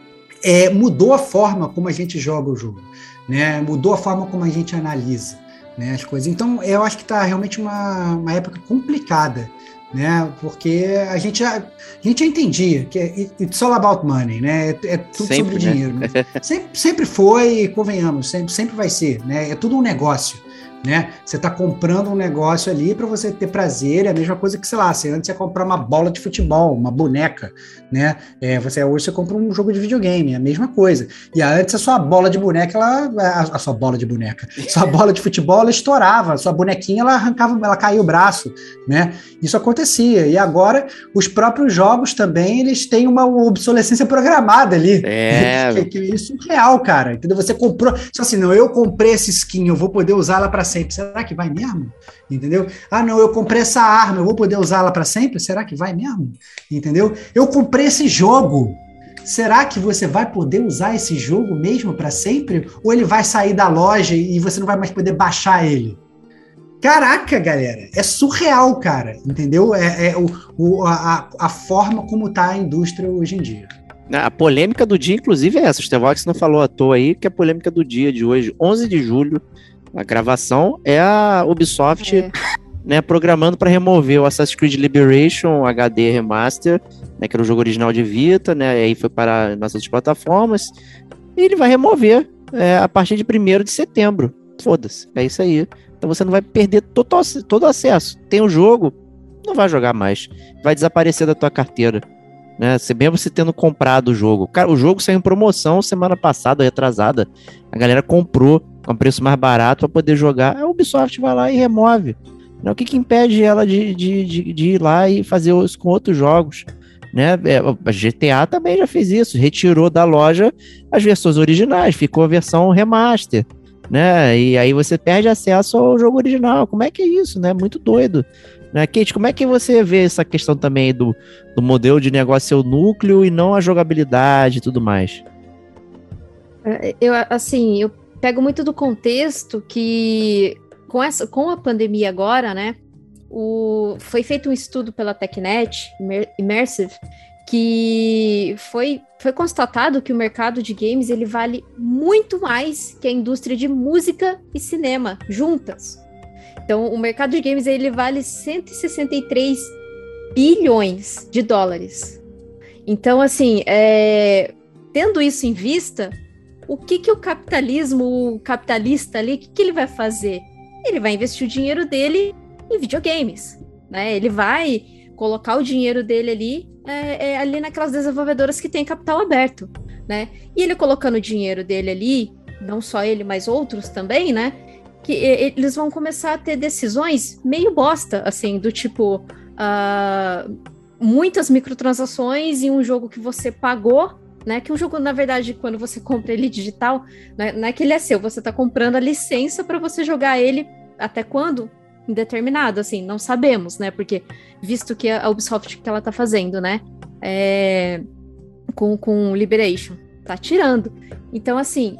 mudou a forma como a gente joga o jogo, né? Mudou a forma como a gente analisa, né, as coisas. Então, eu acho que está realmente uma época complicada, né? Porque a gente já entendia que it's all about money, né? É tudo sempre, sobre dinheiro. Né? Sempre foi, convenhamos, sempre vai ser, né? É tudo um negócio. Né? Você está comprando um negócio ali para você ter prazer, é a mesma coisa que, sei lá, antes você comprar uma bola de futebol, uma boneca, né? Hoje você compra um jogo de videogame, é a mesma coisa. E antes a sua bola de boneca, sua bola de futebol, ela estourava, a sua bonequinha, ela arrancava, ela caía o braço, né? Isso acontecia. E agora, os próprios jogos também, eles têm uma obsolescência programada ali. Isso é real, cara. Entendeu? Você comprou, só assim, não, eu comprei essa skin, eu vou poder usá-la para sempre. Será que vai mesmo? Entendeu? Não, eu comprei essa arma, eu vou poder usá-la para sempre? Será que vai mesmo? Entendeu? Eu comprei esse jogo. Será que você vai poder usar esse jogo mesmo para sempre? Ou ele vai sair da loja e você não vai mais poder baixar ele? Caraca, galera, é surreal, cara, entendeu? A forma como tá a indústria hoje em dia. A polêmica do dia, inclusive, é essa. O Stevox não falou à toa aí que a polêmica do dia de hoje, 11 de julho, a gravação, é a Ubisoft né, programando para remover o Assassin's Creed Liberation HD Remaster, né, que era o jogo original de Vita, né, aí foi para nas outras plataformas, e ele vai remover a partir de 1º de setembro. Foda-se, é isso aí. Então você não vai perder todo o acesso. Tem o jogo, não vai jogar mais. Vai desaparecer da tua carteira. Né? Mesmo você tendo comprado o jogo. Cara, o jogo saiu em promoção semana passada, retrasada. A galera comprou a um preço mais barato para poder jogar. A Ubisoft vai lá e remove. O que impede ela de ir lá e fazer isso com outros jogos? Né? A GTA também já fez isso, retirou da loja as versões originais, ficou a versão remaster, né? E aí você perde acesso ao jogo original. Como é que é isso, né? Muito doido, né? Kate, como é que você vê essa questão também do modelo de negócio ser o núcleo e não a jogabilidade e tudo mais? Eu pego muito do contexto que com a pandemia agora, né? Foi feito um estudo pela TechNet, Immersive, que foi constatado que o mercado de games ele vale muito mais que a indústria de música e cinema juntas. Então, o mercado de games ele vale 163 bilhões de dólares. Então, assim, tendo isso em vista, o que o capitalista ali, o que ele vai fazer? Ele vai investir o dinheiro dele em videogames, né? Ele vai colocar o dinheiro dele ali naquelas desenvolvedoras que têm capital aberto, né? E ele colocando o dinheiro dele ali, não só ele, mas outros também, né? Que eles vão começar a ter decisões meio bosta, assim, do tipo muitas microtransações em um jogo que você pagou, né? Que um jogo, na verdade, quando você compra ele digital, não é que ele é seu, você tá comprando a licença para você jogar ele até quando? Indeterminado, assim, não sabemos, né? Porque, visto que a Ubisoft que ela tá fazendo, né? Com Liberation, tá tirando. Então, assim,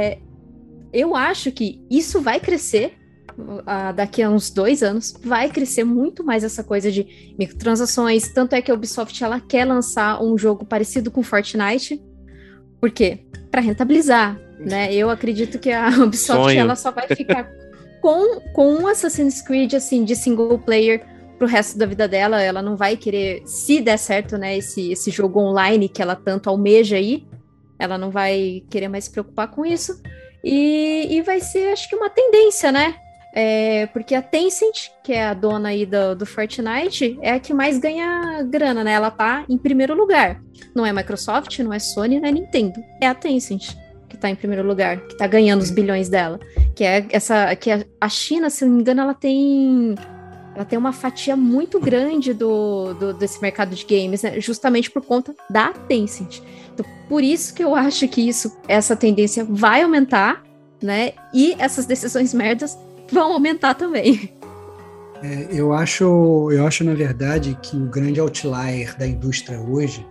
eu acho que isso vai crescer daqui a uns 2 anos, vai crescer muito mais essa coisa de microtransações, tanto é que a Ubisoft, ela quer lançar um jogo parecido com Fortnite. Por quê? Para rentabilizar, né? Eu acredito que a Ubisoft, ela só vai ficar com um Assassin's Creed, assim, de single player pro resto da vida dela. Ela não vai querer, se der certo, né, esse jogo online que ela tanto almeja aí, ela não vai querer mais se preocupar com isso. E vai ser, acho que, uma tendência, né? Porque a Tencent, que é a dona aí do Fortnite, é a que mais ganha grana, né? Ela tá em primeiro lugar. Não é Microsoft, não é Sony, não é Nintendo. É a Tencent que tá em primeiro lugar, que tá ganhando os bilhões dela. Que é a China, se não me engano, ela tem uma fatia muito grande desse mercado de games, né? Justamente por conta da Tencent. Então, por isso que eu acho que essa tendência vai aumentar, né? E essas decisões merdas vão aumentar também. Eu acho, na verdade, que o grande outlier da indústria hoje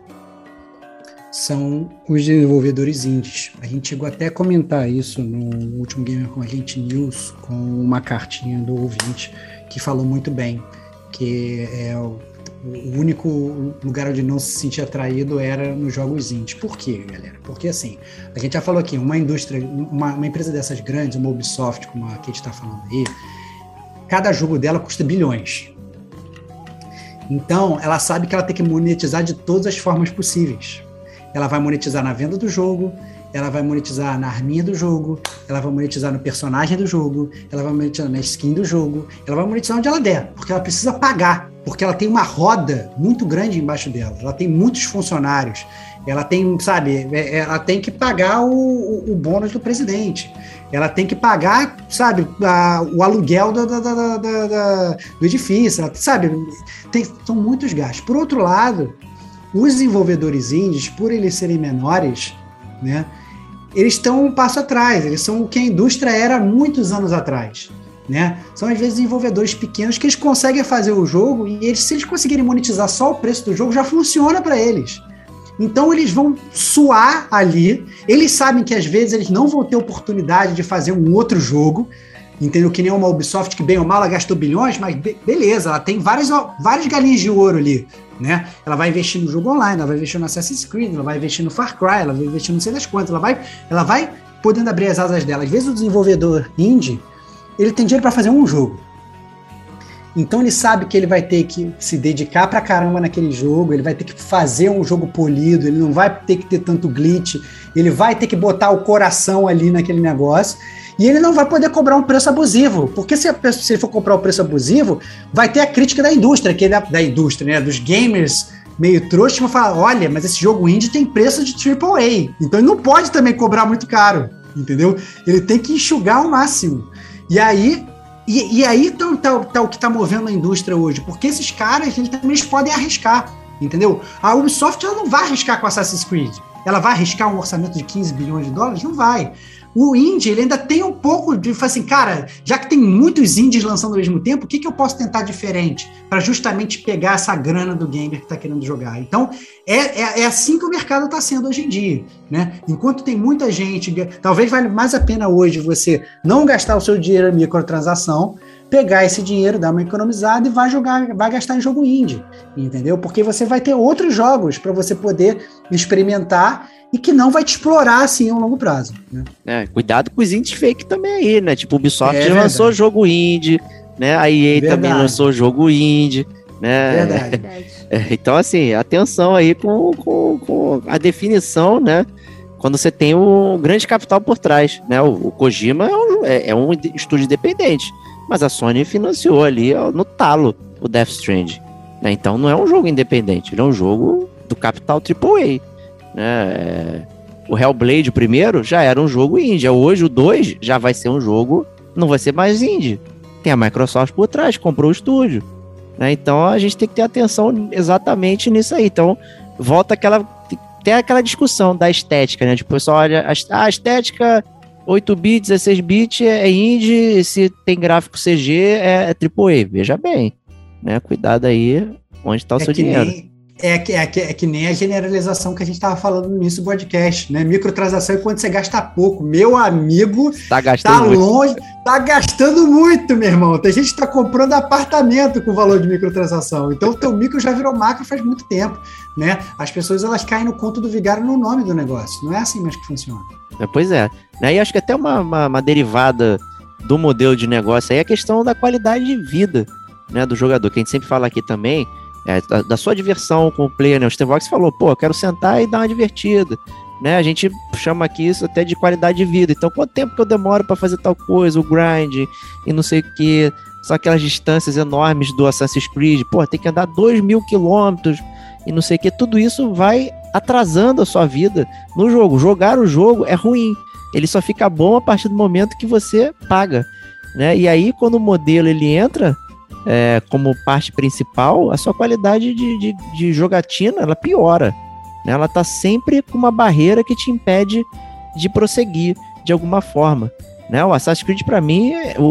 são os desenvolvedores indies. A gente chegou até a comentar isso no último Gamer com a Gente News, com uma cartinha do ouvinte que falou muito bem, que o único lugar onde não se sentia atraído era nos jogos indies. Por quê, galera? Porque, assim, a gente já falou aqui, uma indústria, uma empresa dessas grandes, uma Ubisoft, como a Kate está falando aí, cada jogo dela custa bilhões. Então, ela sabe que ela tem que monetizar de todas as formas possíveis. Ela vai monetizar na venda do jogo, ela vai monetizar na arminha do jogo, ela vai monetizar no personagem do jogo, ela vai monetizar na skin do jogo, ela vai monetizar onde ela der, porque ela precisa pagar, porque ela tem uma roda muito grande embaixo dela, ela tem muitos funcionários, ela tem, sabe, ela tem que pagar o bônus do presidente, ela tem que pagar, sabe, o aluguel do edifício, ela, sabe, são muitos gastos. Por outro lado, os desenvolvedores indies, por eles serem menores, né, eles estão um passo atrás, eles são o que a indústria era há muitos anos atrás, né? São às vezes desenvolvedores pequenos que eles conseguem fazer o jogo e se eles conseguirem monetizar só o preço do jogo, já funciona para eles. Então eles vão suar ali, eles sabem que às vezes eles não vão ter oportunidade de fazer um outro jogo, entendeu? Que nem uma Ubisoft que bem ou mal ela gastou bilhões, mas beleza, ela tem várias galinhas de ouro ali, né? Ela vai investir no jogo online, ela vai investir no Assassin's Creed, ela vai investir no Far Cry, ela vai investir não sei das quantas, ela vai podendo abrir as asas dela. Às vezes o desenvolvedor indie, ele tem dinheiro para fazer um jogo. Então ele sabe que ele vai ter que se dedicar pra caramba naquele jogo, ele vai ter que fazer um jogo polido, ele não vai ter que ter tanto glitch, ele vai ter que botar o coração ali naquele negócio, E ele não vai poder cobrar um preço abusivo, porque se ele for comprar um preço abusivo, vai ter a crítica da indústria, da indústria, né, dos gamers meio trouxa, vão falar, olha, mas esse jogo indie tem preço de AAA, então ele não pode também cobrar muito caro, entendeu? Ele tem que enxugar ao máximo. E aí tá o que está movendo a indústria hoje, porque esses caras, eles podem arriscar, entendeu? A Ubisoft, ela não vai arriscar com Assassin's Creed. Ela vai arriscar um orçamento de 15 bilhões de dólares? Não vai. O indie, ele ainda tem um pouco de, assim, cara, já que tem muitos indies lançando ao mesmo tempo, o que eu posso tentar diferente para justamente pegar essa grana do gamer que está querendo jogar? Então, é assim que o mercado está sendo hoje em dia, né? Enquanto tem muita gente, talvez vale mais a pena hoje você não gastar o seu dinheiro em microtransação, pegar esse dinheiro, dar uma economizada e vai gastar em jogo indie, entendeu? Porque você vai ter outros jogos para você poder experimentar e que não vai te explorar assim a longo prazo, né? Cuidado com os indies fake também aí, né? Tipo, o Ubisoft já lançou jogo indie, né? A EA também lançou jogo indie, né? Verdade. Então, assim, atenção aí com a definição, né? Quando você tem o grande capital por trás, né? O Kojima é um estúdio independente, mas a Sony financiou ali no talo o Death Stranding, né? Então não é um jogo independente, ele é um jogo do capital AAA, né? O Hellblade, o primeiro, já era um jogo indie. Hoje o 2 já vai ser um jogo, não vai ser mais indie. Tem a Microsoft por trás, comprou o estúdio, né? Então a gente tem que ter atenção exatamente nisso aí. Então volta tem aquela discussão da estética, né? Tipo, o pessoal olha, a estética 8-bit, 16-bit é indie, se tem gráfico CG é AAA. Veja bem, né? Cuidado aí onde está o seu dinheiro. É que nem a generalização que a gente estava falando no início do podcast, né? Microtransação é quando você gasta pouco. Meu amigo, tá longe, tá gastando muito, meu irmão. Tem gente que tá comprando apartamento com valor de microtransação. Então o teu micro já virou macro faz muito tempo, né? As pessoas, elas caem no conto do vigário no nome do negócio. Não é assim mais que funciona. Pois é. E acho que até uma derivada do modelo de negócio aí é a questão da qualidade de vida, né, do jogador, que a gente sempre fala aqui também, da sua diversão com o player, né? O Stevox falou, eu quero sentar e dar uma divertida, né? A gente chama aqui isso até de qualidade de vida. Então, quanto tempo que eu demoro para fazer tal coisa, o grind e não sei o que, são aquelas distâncias enormes do Assassin's Creed, tem que andar 2.000 quilômetros e não sei o que, tudo isso vai atrasando a sua vida no jogo. Jogar o jogo é ruim, ele só fica bom a partir do momento que você paga, né? E aí, quando o modelo ele entra como parte principal, a sua qualidade de jogatina, ela piora, né? Ela tá sempre com uma barreira que te impede de prosseguir de alguma forma, né? O Assassin's Creed, pra mim,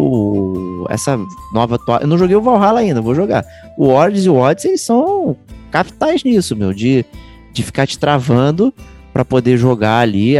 essa nova... Eu não joguei o Valhalla ainda, vou jogar. O Origins e o Odyssey, eles são capitais nisso, de ficar te travando pra poder jogar ali.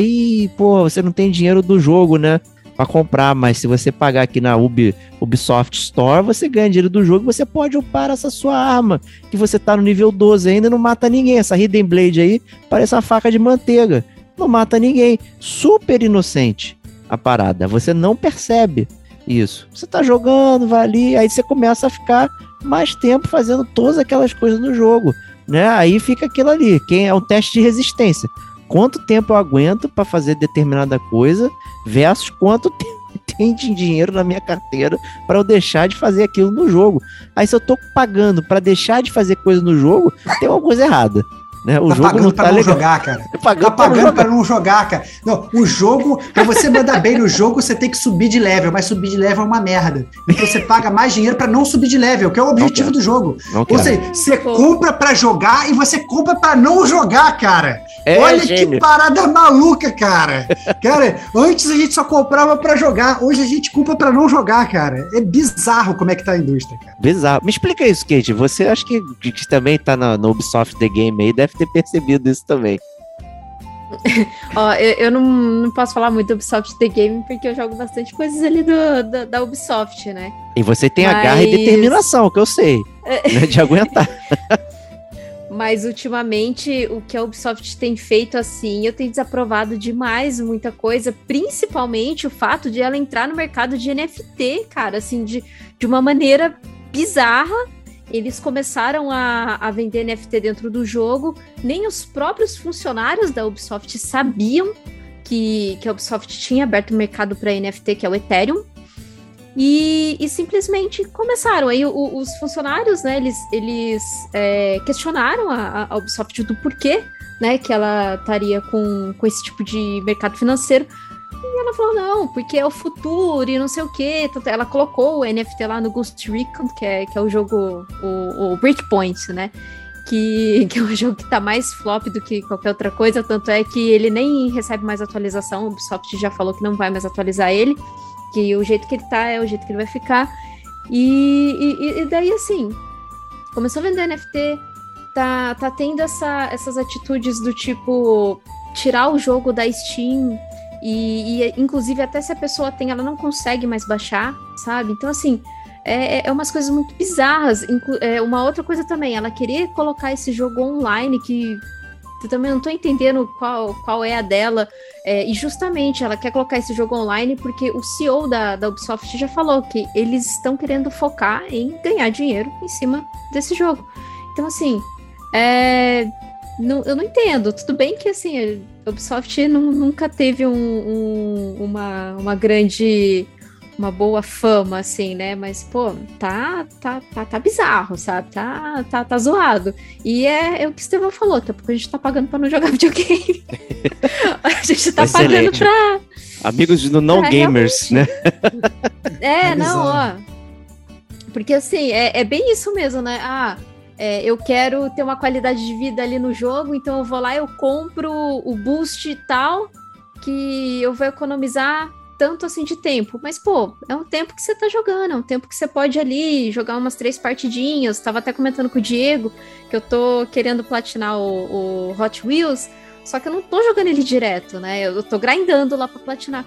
Você não tem dinheiro do jogo, né, para comprar, mas se você pagar aqui na Ubisoft Store, você ganha dinheiro do jogo, você pode upar essa sua arma, que você tá no nível 12 ainda e não mata ninguém. Essa Hidden Blade aí parece uma faca de manteiga, não mata ninguém. Super inocente a parada, você não percebe isso. Você tá jogando, vai ali, aí você começa a ficar mais tempo fazendo todas aquelas coisas no jogo, né? Aí fica aquilo ali, é um teste de resistência. Quanto tempo eu aguento para fazer determinada coisa versus quanto tem de dinheiro na minha carteira para eu deixar de fazer aquilo no jogo. Aí se eu tô pagando para deixar de fazer coisa no jogo, tem uma coisa errada, né? O jogo não tá legal. Jogar, cara. Tá pagando para não jogar, cara. Não, o jogo, para você mandar bem no jogo, você tem que subir de level, mas subir de level é uma merda. Então você paga mais dinheiro para não subir de level, que é o objetivo do jogo. Ou seja, você compra para jogar e você compra para não jogar, cara. Olha gênio. Que parada maluca, cara. Cara, antes a gente só comprava para jogar, hoje a gente compra para não jogar, cara. É bizarro como é que tá a indústria, cara. Bizarro. Me explica isso, Kate. Você acha que também tá no Ubisoft The Game aí, deve ter percebido isso também. Eu não posso falar muito do Ubisoft The Game, porque eu jogo bastante coisas ali da Ubisoft, né? E você tem a garra e determinação, que eu sei, né, de aguentar. Mas ultimamente o que a Ubisoft tem feito assim, eu tenho desaprovado demais muita coisa, principalmente o fato de ela entrar no mercado de NFT, cara, assim, de uma maneira bizarra. Eles começaram a vender NFT dentro do jogo, nem os próprios funcionários da Ubisoft sabiam que a Ubisoft tinha aberto o mercado para NFT, que é o Ethereum, e simplesmente começaram. Aí os funcionários, né, eles questionaram a Ubisoft do porquê, né, que ela estaria com esse tipo de mercado financeiro. E ela falou, não, porque é o futuro e não sei o quê. Ela colocou o NFT lá no Ghost Recon, que é o jogo, o Breakpoint, né? Que é um jogo que tá mais flop do que qualquer outra coisa. Tanto é que ele nem recebe mais atualização. O Ubisoft já falou que não vai mais atualizar ele. Que o jeito que ele tá é o jeito que ele vai ficar. E daí, assim, começou a vender NFT. Tá tendo essas atitudes do tipo tirar o jogo da Steam. E inclusive até se a pessoa tem, ela não consegue mais baixar, sabe? Então assim, é umas coisas muito bizarras. Uma outra coisa também, ela querer colocar esse jogo online, que eu também não tô entendendo qual é a dela, e justamente ela quer colocar esse jogo online porque o CEO da Ubisoft já falou que eles estão querendo focar em ganhar dinheiro em cima desse jogo. Então assim, eu não entendo. Tudo bem que assim, a Ubisoft nunca teve uma grande, uma boa fama, assim, né? Mas, pô, tá bizarro, sabe? Tá zoado. E é o que o Estevão falou, daqui a pouco a gente tá pagando pra não jogar videogame. A gente tá pagando pra... Amigos do não gamers, né? Não, ó. Porque, assim, é bem isso mesmo, né? Eu quero ter uma qualidade de vida ali no jogo, então eu vou lá, eu compro o boost e tal, que eu vou economizar tanto assim de tempo. Mas, pô, é um tempo que você tá jogando, é um tempo que você pode ali jogar umas 3 partidinhas. Tava até comentando com o Diego que eu tô querendo platinar o Hot Wheels, só que eu não tô jogando ele direto, né? Eu tô grindando lá pra platinar.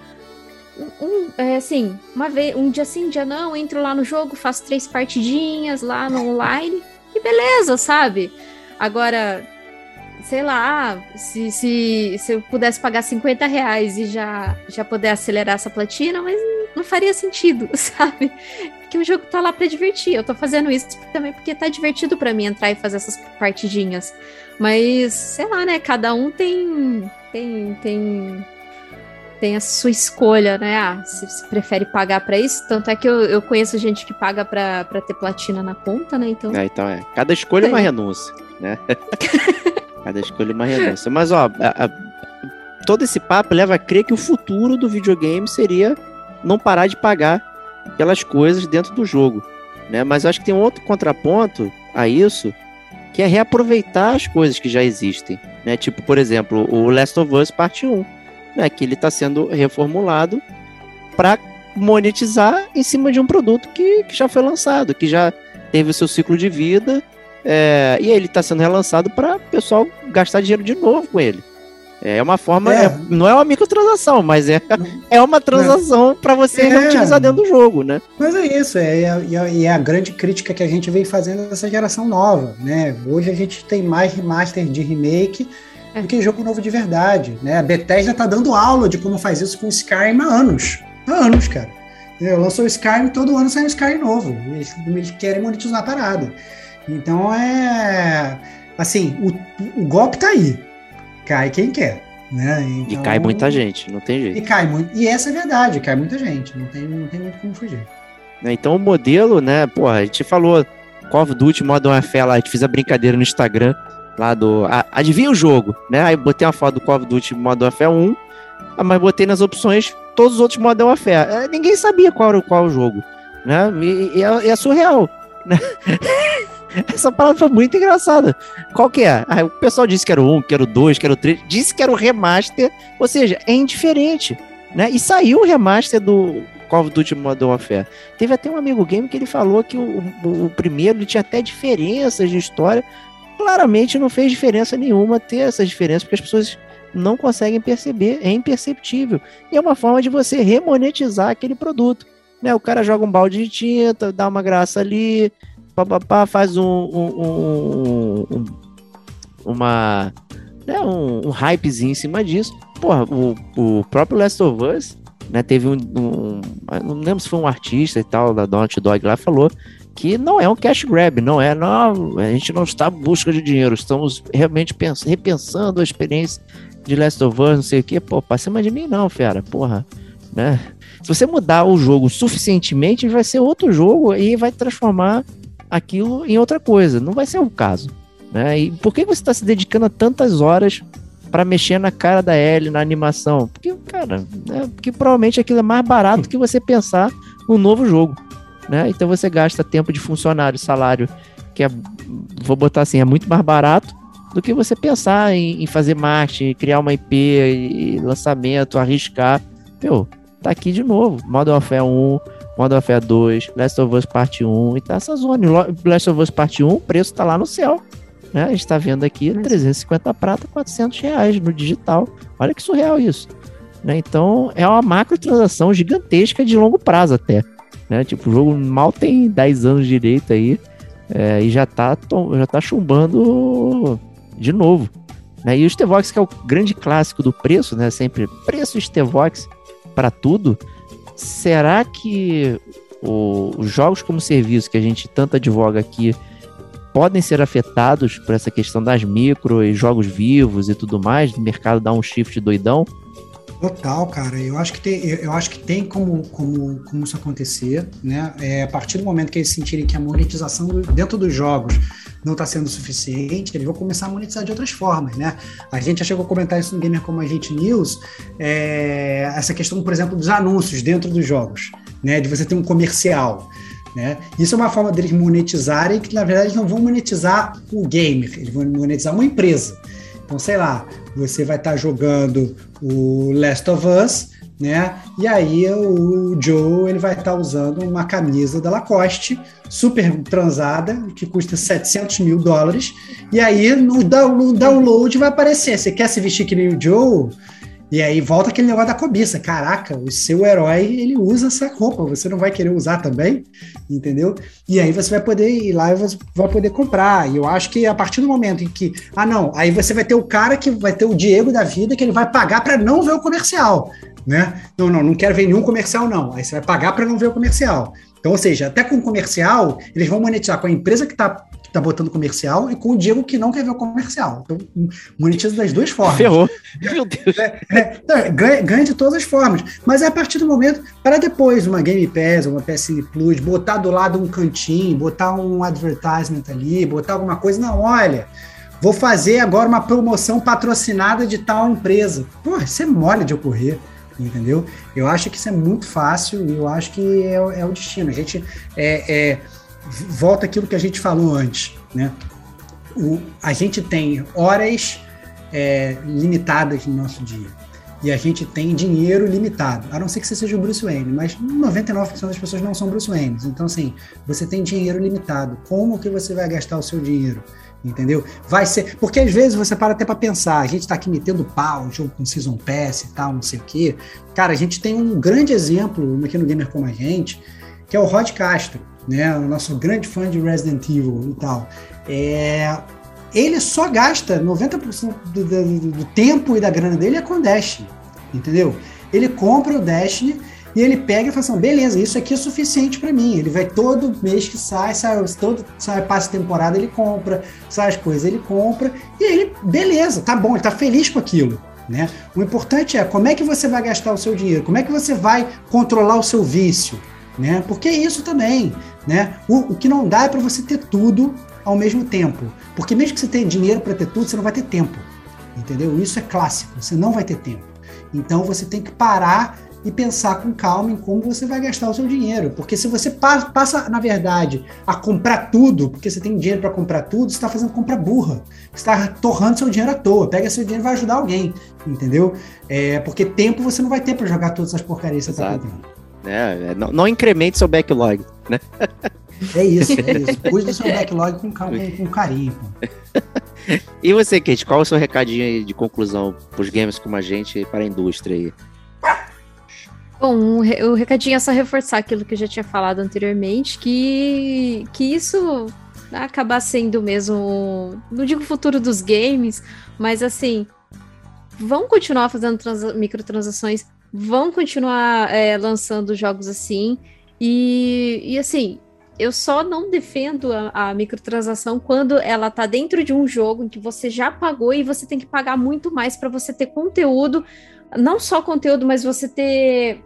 Assim, um dia sim, um dia não, entro lá no jogo, faço 3 partidinhas lá no online... E beleza, sabe? Agora, sei lá, se eu pudesse pagar R$50 e já poder acelerar essa platina, mas não faria sentido, sabe? Porque o jogo tá lá pra divertir. Eu tô fazendo isso também porque tá divertido pra mim entrar e fazer essas partidinhas. Mas, sei lá, né? Cada um tem a sua escolha, né? Se prefere pagar pra isso. Tanto é que eu conheço gente que paga pra ter platina na conta, né? Então, cada escolha é uma renúncia, né? Cada escolha é uma renúncia. Mas, ó, todo esse papo leva a crer que o futuro do videogame seria não parar de pagar pelas coisas dentro do jogo, né? Mas acho que tem um outro contraponto a isso, que é reaproveitar as coisas que já existem, né? Tipo, por exemplo, o Last of Us Parte 1. Que ele está sendo reformulado para monetizar em cima de um produto que já foi lançado, que já teve o seu ciclo de vida, e aí ele está sendo relançado para o pessoal gastar dinheiro de novo com ele. É uma forma, não é uma microtransação, mas é uma transação para você reutilizar dentro do jogo, né? Mas é isso, é a grande crítica que a gente vem fazendo dessa geração nova, né? Hoje a gente tem mais remaster de remake do que jogo novo de verdade, né? A Bethesda tá dando aula de como faz isso com o Skyrim há anos, cara. Lançou o Skyrim, todo ano sai um Skyrim novo. Eles querem monetizar a parada. Então assim, o golpe tá aí. Cai quem quer, né? Então, e cai muita gente, não tem jeito. E essa é a verdade, cai muita gente, não tem muito como fugir. Então o modelo, né? Porra, a gente falou Call of Duty Modern Warfare lá, a gente fez a brincadeira no Instagram lá do... adivinha o jogo, né? Aí botei uma foto do Call of Duty Modern Warfare 1, mas botei nas opções todos os outros Modern Warfare. Ninguém sabia qual era o jogo, né? E é surreal, né? Essa palavra foi muito engraçada. Qual que é? O pessoal disse que era o 1, que era o 2, que era o 3, disse que era o remaster, ou seja, é indiferente, né? E saiu o remaster do Call of Duty Modern Warfare. Teve até um amigo game que ele falou que o primeiro ele tinha até diferenças de história. Claramente não fez diferença nenhuma ter essas diferenças, porque as pessoas não conseguem perceber, é imperceptível. E é uma forma de você remonetizar aquele produto, né? O cara joga um balde de tinta, dá uma graça ali, faz um hypezinho em cima disso. Porra, o próprio Last of Us, né, teve não lembro se foi um artista e tal, da Naughty Dog lá, falou que não é um cash grab, a gente não está em busca de dinheiro, estamos realmente repensando a experiência de Last of Us, não sei o que, pô, pra cima de mim não, fera, porra, né? Se você mudar o jogo suficientemente, vai ser outro jogo e vai transformar aquilo em outra coisa. Não vai ser o caso, né? E por que você está se dedicando a tantas horas para mexer na cara da Ellie, na animação? Porque, cara, né? Porque provavelmente aquilo é mais barato que você pensar num novo jogo, né? Então você gasta tempo de funcionário, salário, que é, vou botar assim, é muito mais barato do que você pensar em fazer marketing, criar uma IP, e lançamento, arriscar. Meu, tá aqui de novo, Modern Warfare 1, Modern Warfare 2, Last of Us Parte 1, e tá essa zona. Last of Us Parte 1, o preço tá lá no céu, né? A gente tá vendo aqui 350 prata, R$400 no digital. Olha que surreal isso, né? Então é uma macro transação gigantesca de longo prazo até, né? Tipo, o jogo mal tem 10 anos direito aí, e já tá chumbando de novo, né? E o Stevox, que é o grande clássico do preço, né? Sempre preço Stevox para tudo. Será que os jogos como serviço que a gente tanto advoga aqui podem ser afetados por essa questão das micro e jogos vivos e tudo mais, do mercado dar um shift doidão? Total, cara. Eu acho que tem como isso acontecer, né? A partir do momento que eles sentirem que a monetização dentro dos jogos não está sendo suficiente, eles vão começar a monetizar de outras formas, né? A gente já chegou a comentar isso no Gamer Como a Gente News, essa questão, por exemplo, dos anúncios dentro dos jogos, né? De você ter um comercial, né? Isso é uma forma deles monetizarem, que na verdade eles não vão monetizar o gamer, eles vão monetizar uma empresa. Então, sei lá, você vai estar jogando o Last of Us, né? E aí o Joe, ele vai estar usando uma camisa da Lacoste, super transada, que custa $700 mil, e aí no download vai aparecer, você quer se vestir que nem o Joe? E aí volta aquele negócio da cobiça. Caraca, o seu herói, ele usa essa roupa, você não vai querer usar também? Entendeu? E aí você vai poder ir lá e você vai poder comprar. E eu acho que a partir do momento em que... aí você vai ter o cara que vai ter o Diego da vida, que ele vai pagar para não ver o comercial, né? Não quero ver nenhum comercial, não. Aí você vai pagar para não ver o comercial. Então, ou seja, até com o comercial, eles vão monetizar com a empresa que tá botando comercial e com o Diego que não quer ver o comercial. Então, monetiza das duas formas. Ferrou. Meu Deus. Ganha de todas as formas. Mas é a partir do momento, para depois uma Game Pass, uma PSN Plus, botar do lado um cantinho, botar um advertisement ali, botar alguma coisa. Não, olha, vou fazer agora uma promoção patrocinada de tal empresa. Pô, isso é mole de ocorrer. Entendeu? Eu acho que isso é muito fácil e eu acho que é o destino. A gente volta aquilo que a gente falou antes, né? A gente tem horas limitadas no nosso dia e a gente tem dinheiro limitado, a não ser que você seja o Bruce Wayne, mas 99% das pessoas não são Bruce Wayne. Então, assim, você tem dinheiro limitado. Como que você vai gastar o seu dinheiro? Entendeu? Vai ser... Porque às vezes você para até para pensar, a gente tá aqui metendo pau, jogo com Season Pass e tal, não sei o quê. Cara, a gente tem um grande exemplo aqui no Gamer Como a Gente, que é o Rod Castro, né? O nosso grande fã de Resident Evil e tal. Ele só gasta 90% do tempo e da grana dele com o Destiny, entendeu? Ele compra o Destiny e ele pega e fala assim, beleza, isso aqui é suficiente para mim. Ele vai todo mês que sai passa temporada, ele compra, sai as coisas, ele compra, e ele, beleza, tá bom, ele tá feliz com aquilo, né? O importante é como é que você vai gastar o seu dinheiro, como é que você vai controlar o seu vício, né? Porque é isso também, né? O que não dá é para você ter tudo ao mesmo tempo, porque mesmo que você tenha dinheiro para ter tudo, você não vai ter tempo, entendeu? Isso é clássico, você não vai ter tempo. Então você tem que parar e pensar com calma em como você vai gastar o seu dinheiro, porque se você passa, na verdade, a comprar tudo, porque você tem dinheiro para comprar tudo, você está fazendo compra burra, você está torrando seu dinheiro à toa, pega seu dinheiro e vai ajudar alguém, entendeu? Porque tempo você não vai ter para jogar todas essas porcarias que você está comprando. Não incremente seu backlog, né? É isso. Cuide do seu backlog com carinho. Pô. E você, Kate, qual é o seu recadinho aí de conclusão para os gamers como a gente e para a indústria aí? Bom, o recadinho é só reforçar aquilo que eu já tinha falado anteriormente, que isso vai acabar sendo mesmo, não digo o futuro dos games, mas assim, vão continuar fazendo microtransações, vão continuar lançando jogos assim, e assim, eu só não defendo a microtransação quando ela tá dentro de um jogo em que você já pagou e você tem que pagar muito mais para você ter conteúdo, não só conteúdo, mas você ter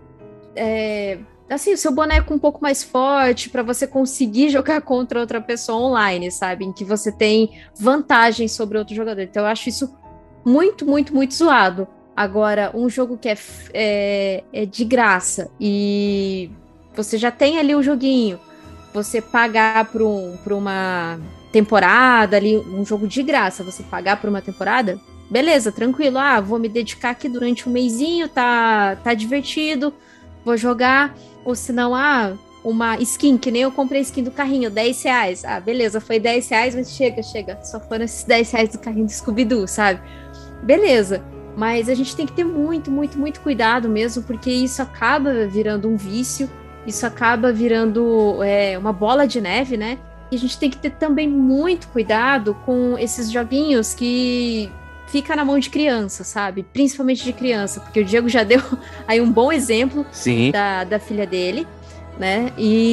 assim, o seu boneco um pouco mais forte para você conseguir jogar contra outra pessoa online, sabe? Em que você tem vantagem sobre outro jogador. Então eu acho isso muito, muito, muito zoado. Agora, um jogo que é de graça e você já tem ali o joguinho, você pagar por uma temporada ali, um jogo de graça, você pagar por uma temporada, beleza, tranquilo. Ah, vou me dedicar aqui durante um mesinho, tá divertido, vou jogar. Ou se não, uma skin, que nem eu comprei a skin do carrinho, R$10. Ah, beleza, foi R$10, mas chega. Só foram esses R$10 do carrinho do Scooby-Doo, sabe? Beleza. Mas a gente tem que ter muito, muito, muito cuidado mesmo, porque isso acaba virando um vício, isso acaba virando uma bola de neve, né? E a gente tem que ter também muito cuidado com esses joguinhos que fica na mão de criança, sabe? Principalmente de criança, porque o Diego já deu aí um bom exemplo da filha dele, né?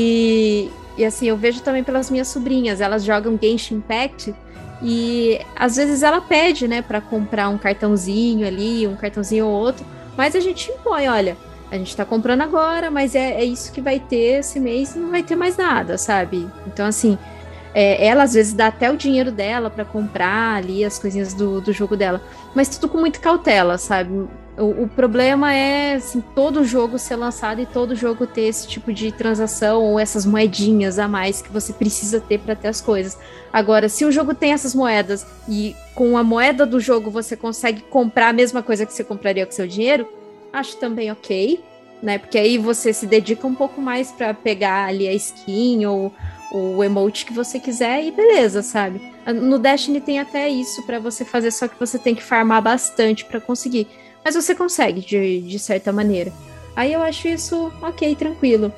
E assim, eu vejo também pelas minhas sobrinhas, elas jogam Genshin Impact e às vezes ela pede, né, para comprar um cartãozinho ali, um cartãozinho ou outro, mas a gente impõe, olha, a gente tá comprando agora, mas é isso que vai ter esse mês, não vai ter mais nada, sabe? Então, assim, ela às vezes dá até o dinheiro dela para comprar ali as coisinhas do jogo dela, mas tudo com muita cautela, sabe? O problema é assim, todo jogo ser lançado e todo jogo ter esse tipo de transação ou essas moedinhas a mais que você precisa ter para ter as coisas. Agora, se o jogo tem essas moedas e com a moeda do jogo você consegue comprar a mesma coisa que você compraria com seu dinheiro, acho também ok, né? Porque aí você se dedica um pouco mais para pegar ali a skin ou o emote que você quiser e beleza, sabe? No Destiny tem até isso para você fazer, só que você tem que farmar bastante para conseguir. Mas você consegue, de certa maneira. Aí eu acho isso ok, tranquilo.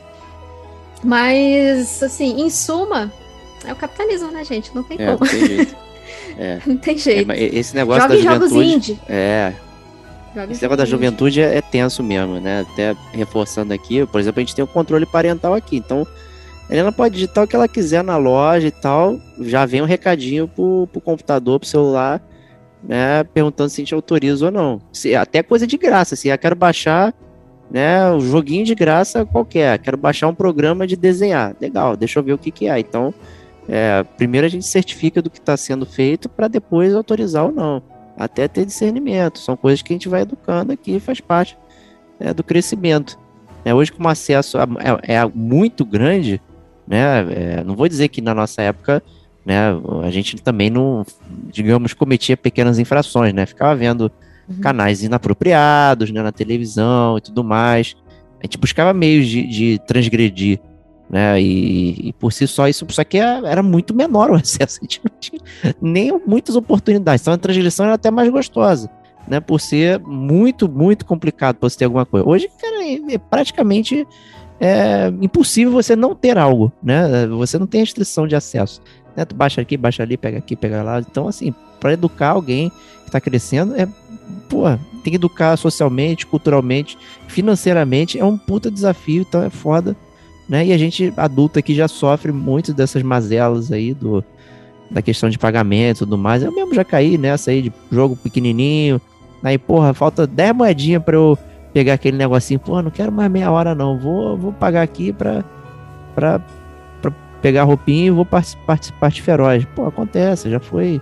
Mas, assim, em suma, é o capitalismo, né, gente? Não tem como. Não tem jeito. Não tem jeito. Esse negócio Joga da em jogos juventude... indie. Esse negócio da juventude é tenso mesmo, né? Até reforçando aqui, por exemplo, a gente tem o controle parental aqui, então ela pode digitar o que ela quiser na loja e tal, já vem um recadinho pro computador, pro celular, né, perguntando se a gente autoriza ou não. Até coisa de graça, assim, eu quero baixar, né, um joguinho de graça qualquer, quero baixar um programa de desenhar, legal, deixa eu ver o que é. Então, primeiro a gente certifica do que está sendo feito para depois autorizar ou não, até ter discernimento. São coisas que a gente vai educando aqui, faz parte do crescimento. Hoje, com o acesso é muito grande, né, não vou dizer que na nossa época, né, a gente também não, digamos, cometia pequenas infrações, né, ficava vendo canais inapropriados, né, na televisão e tudo mais, a gente buscava meios de transgredir, né, e por si só isso, só que era muito menor o acesso, a gente não tinha nem muitas oportunidades, então a transgressão era até mais gostosa, né, por ser muito, muito complicado para você ter alguma coisa. Hoje, cara, é praticamente impossível você não ter algo, né, você não tem restrição de acesso, né, tu baixa aqui, baixa ali, pega aqui, pega lá. Então, assim, para educar alguém que está crescendo, tem que educar socialmente, culturalmente, financeiramente, é um puta desafio, então é foda, né? E a gente, adulto aqui, já sofre muito dessas mazelas aí da questão de pagamento e tudo mais. Eu mesmo já caí nessa aí de jogo pequenininho, aí, falta 10 moedinhas para eu pegar aquele negocinho, não quero mais meia hora não, vou pagar aqui para pegar a roupinha e vou participar de Feroz. Acontece, já foi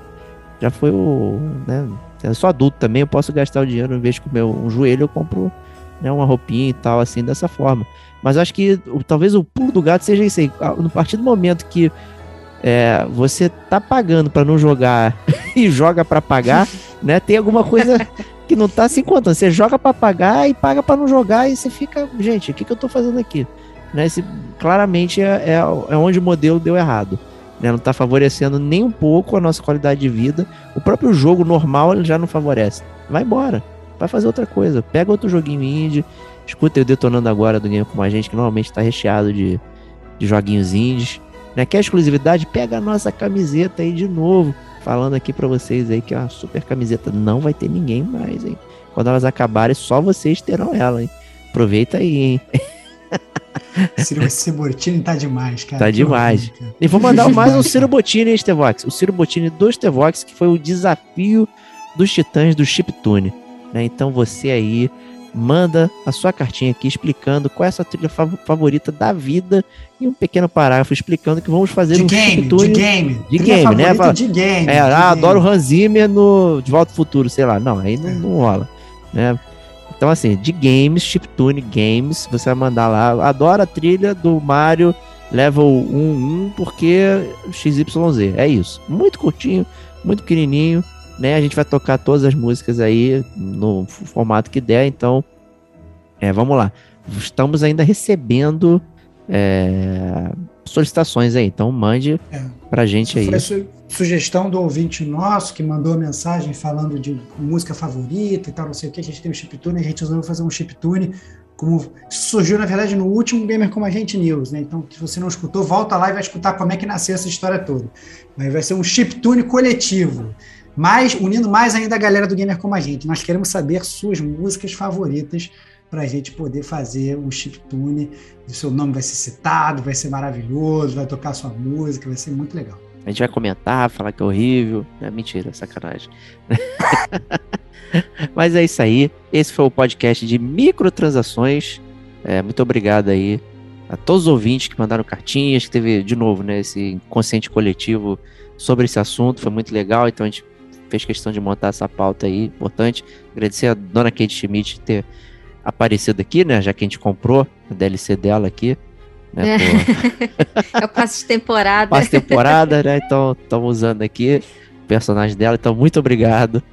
né? Eu sou adulto também, eu posso gastar o dinheiro, em vez de comer um joelho, eu compro, né, uma roupinha e tal, assim, dessa forma. Mas acho que talvez o pulo do gato seja isso aí. A partir do momento que você tá pagando para não jogar e joga para pagar, né? Tem alguma coisa que não tá se encontrando. Você joga para pagar e paga para não jogar e você fica, gente, o que eu tô fazendo aqui? Né, claramente é onde o modelo deu errado, né, não está favorecendo nem um pouco a nossa qualidade de vida. O próprio jogo normal ele já não favorece. Vai embora, vai fazer outra coisa, pega outro joguinho indie. Escuta eu detonando agora do Game Como a Gente, que normalmente está recheado de joguinhos indies, né? Quer exclusividade? Pega a nossa camiseta aí de novo, falando aqui para vocês aí que é uma super camiseta, não vai ter ninguém mais, hein? Quando elas acabarem, só vocês terão ela, hein? Aproveita aí, hein? Ciro Bottini tá demais, cara. Tá demais. Cara. E vou mandar mais um Ciro Bottini, hein, Stevox? O Ciro Bottini do Stevox, que foi o desafio dos titãs do Chiptune. Né? Então você aí manda a sua cartinha aqui explicando qual é a sua trilha favorita da vida e um pequeno parágrafo explicando que vamos fazer de um game, Chiptune. De game, né? De game. Adoro o Hans Zimmer no De Volta ao Futuro, sei lá. Não, aí não rola. Né? Então, assim, de games, Chiptune Games, você vai mandar lá. Adoro a trilha do Mario Level 1 porque XYZ. É isso. Muito curtinho, muito pequenininho, né? A gente vai tocar todas as músicas aí no formato que der. Então, vamos lá. Estamos ainda recebendo solicitações aí. Então, mande pra gente aí. Foi sugestão do ouvinte nosso que mandou mensagem falando de música favorita e tal, não sei o que. A gente tem um chiptune, a gente resolveu fazer um chiptune, como surgiu na verdade no último Gamer Como a Gente News, né? Então, se você não escutou, volta lá e vai escutar como é que nasceu essa história toda. Mas vai ser um chiptune coletivo, unindo mais ainda a galera do Gamer Como a Gente. Nós queremos saber suas músicas favoritas para a gente poder fazer um chiptune. O seu nome vai ser citado, vai ser maravilhoso, vai tocar sua música, vai ser muito legal. A gente vai comentar, falar que é horrível. Mentira, sacanagem. Mas é isso aí. Esse foi o podcast de microtransações. Muito obrigado aí a todos os ouvintes que mandaram cartinhas, que teve, de novo, né, esse inconsciente coletivo sobre esse assunto. Foi muito legal, então a gente fez questão de montar essa pauta aí, importante. Agradecer a dona Kate Schmidt ter aparecido aqui, né, já que a gente comprou a DLC dela aqui. Né, é o passe de temporada. Passe de temporada, né? Então, estamos usando aqui o personagem dela. Então, muito obrigado.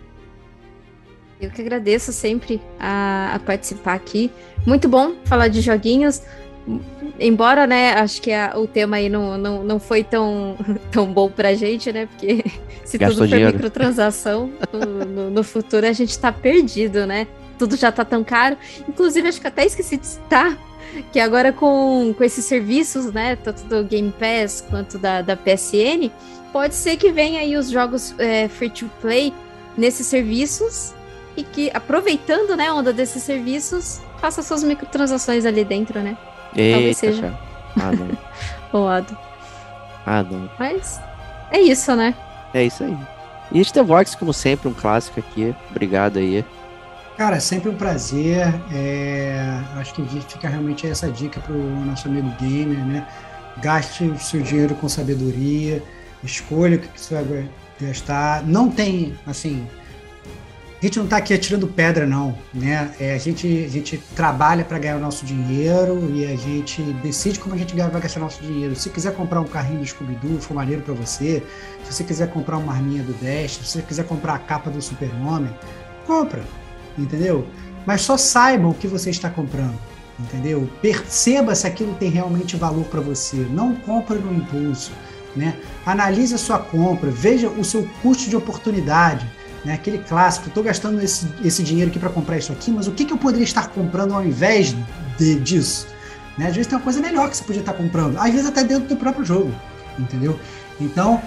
Eu que agradeço sempre a participar aqui. Muito bom falar de joguinhos. Embora, né, acho que o tema aí não foi tão bom pra gente, né? Porque se gastou tudo for dinheiro. Microtransação, no futuro a gente tá perdido, né? Tudo já tá tão caro. Inclusive, acho que até esqueci de citar que agora com esses serviços, né, tanto do Game Pass quanto da PSN, pode ser que venha aí os jogos free to play nesses serviços e que, aproveitando, né, a onda desses serviços, faça suas microtransações ali dentro, né? Eita, talvez seja roubado. Não. Mas é isso, né? É isso aí. E Stevox, como sempre, um clássico aqui. Obrigado aí. Cara, é sempre um prazer. Acho que fica realmente essa dica para o nosso amigo gamer, né? Gaste o seu dinheiro com sabedoria, escolha o que você vai gastar. Não tem, assim, a gente não está aqui atirando pedra, não, né? A gente trabalha para ganhar o nosso dinheiro e a gente decide como a gente vai gastar o nosso dinheiro. Se quiser comprar um carrinho do Scooby-Doo, for maneiro para você. Se você quiser comprar uma arminha do Dash, se você quiser comprar a capa do Super-Homem, compra. Entendeu? Mas só saiba o que você está comprando, entendeu? Perceba se aquilo tem realmente valor para você. Não compre no impulso, né? Analise a sua compra, veja o seu custo de oportunidade, né? Aquele clássico, estou gastando esse dinheiro aqui para comprar isso aqui, mas o que eu poderia estar comprando ao invés disso? Né? Às vezes tem uma coisa melhor que você podia estar comprando, às vezes até dentro do próprio jogo, entendeu? Então,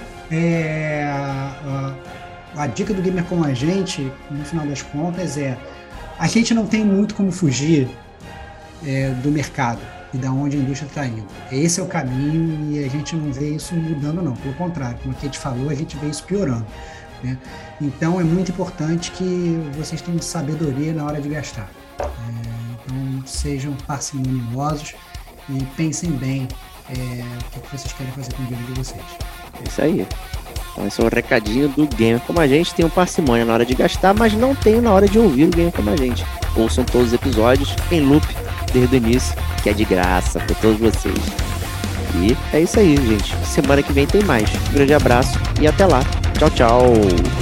a dica do Gamer Como a Gente, no final das contas, a gente não tem muito como fugir do mercado e da onde a indústria está indo. Esse é o caminho e a gente não vê isso mudando, não. Pelo contrário, como a Kate falou, a gente vê isso piorando, né? Então é muito importante que vocês tenham sabedoria na hora de gastar. Então sejam parcimoniosos e pensem bem o que vocês querem fazer com o dinheiro de vocês. É isso aí. Então esse é o recadinho do Gamer Como a Gente. Tenho parcimônia na hora de gastar, mas não tenho na hora de ouvir o Gamer Como a Gente. Ouçam todos os episódios em loop desde o início, que é de graça para todos vocês. E é isso aí, gente. Semana que vem tem mais. Um grande abraço e até lá. Tchau, tchau.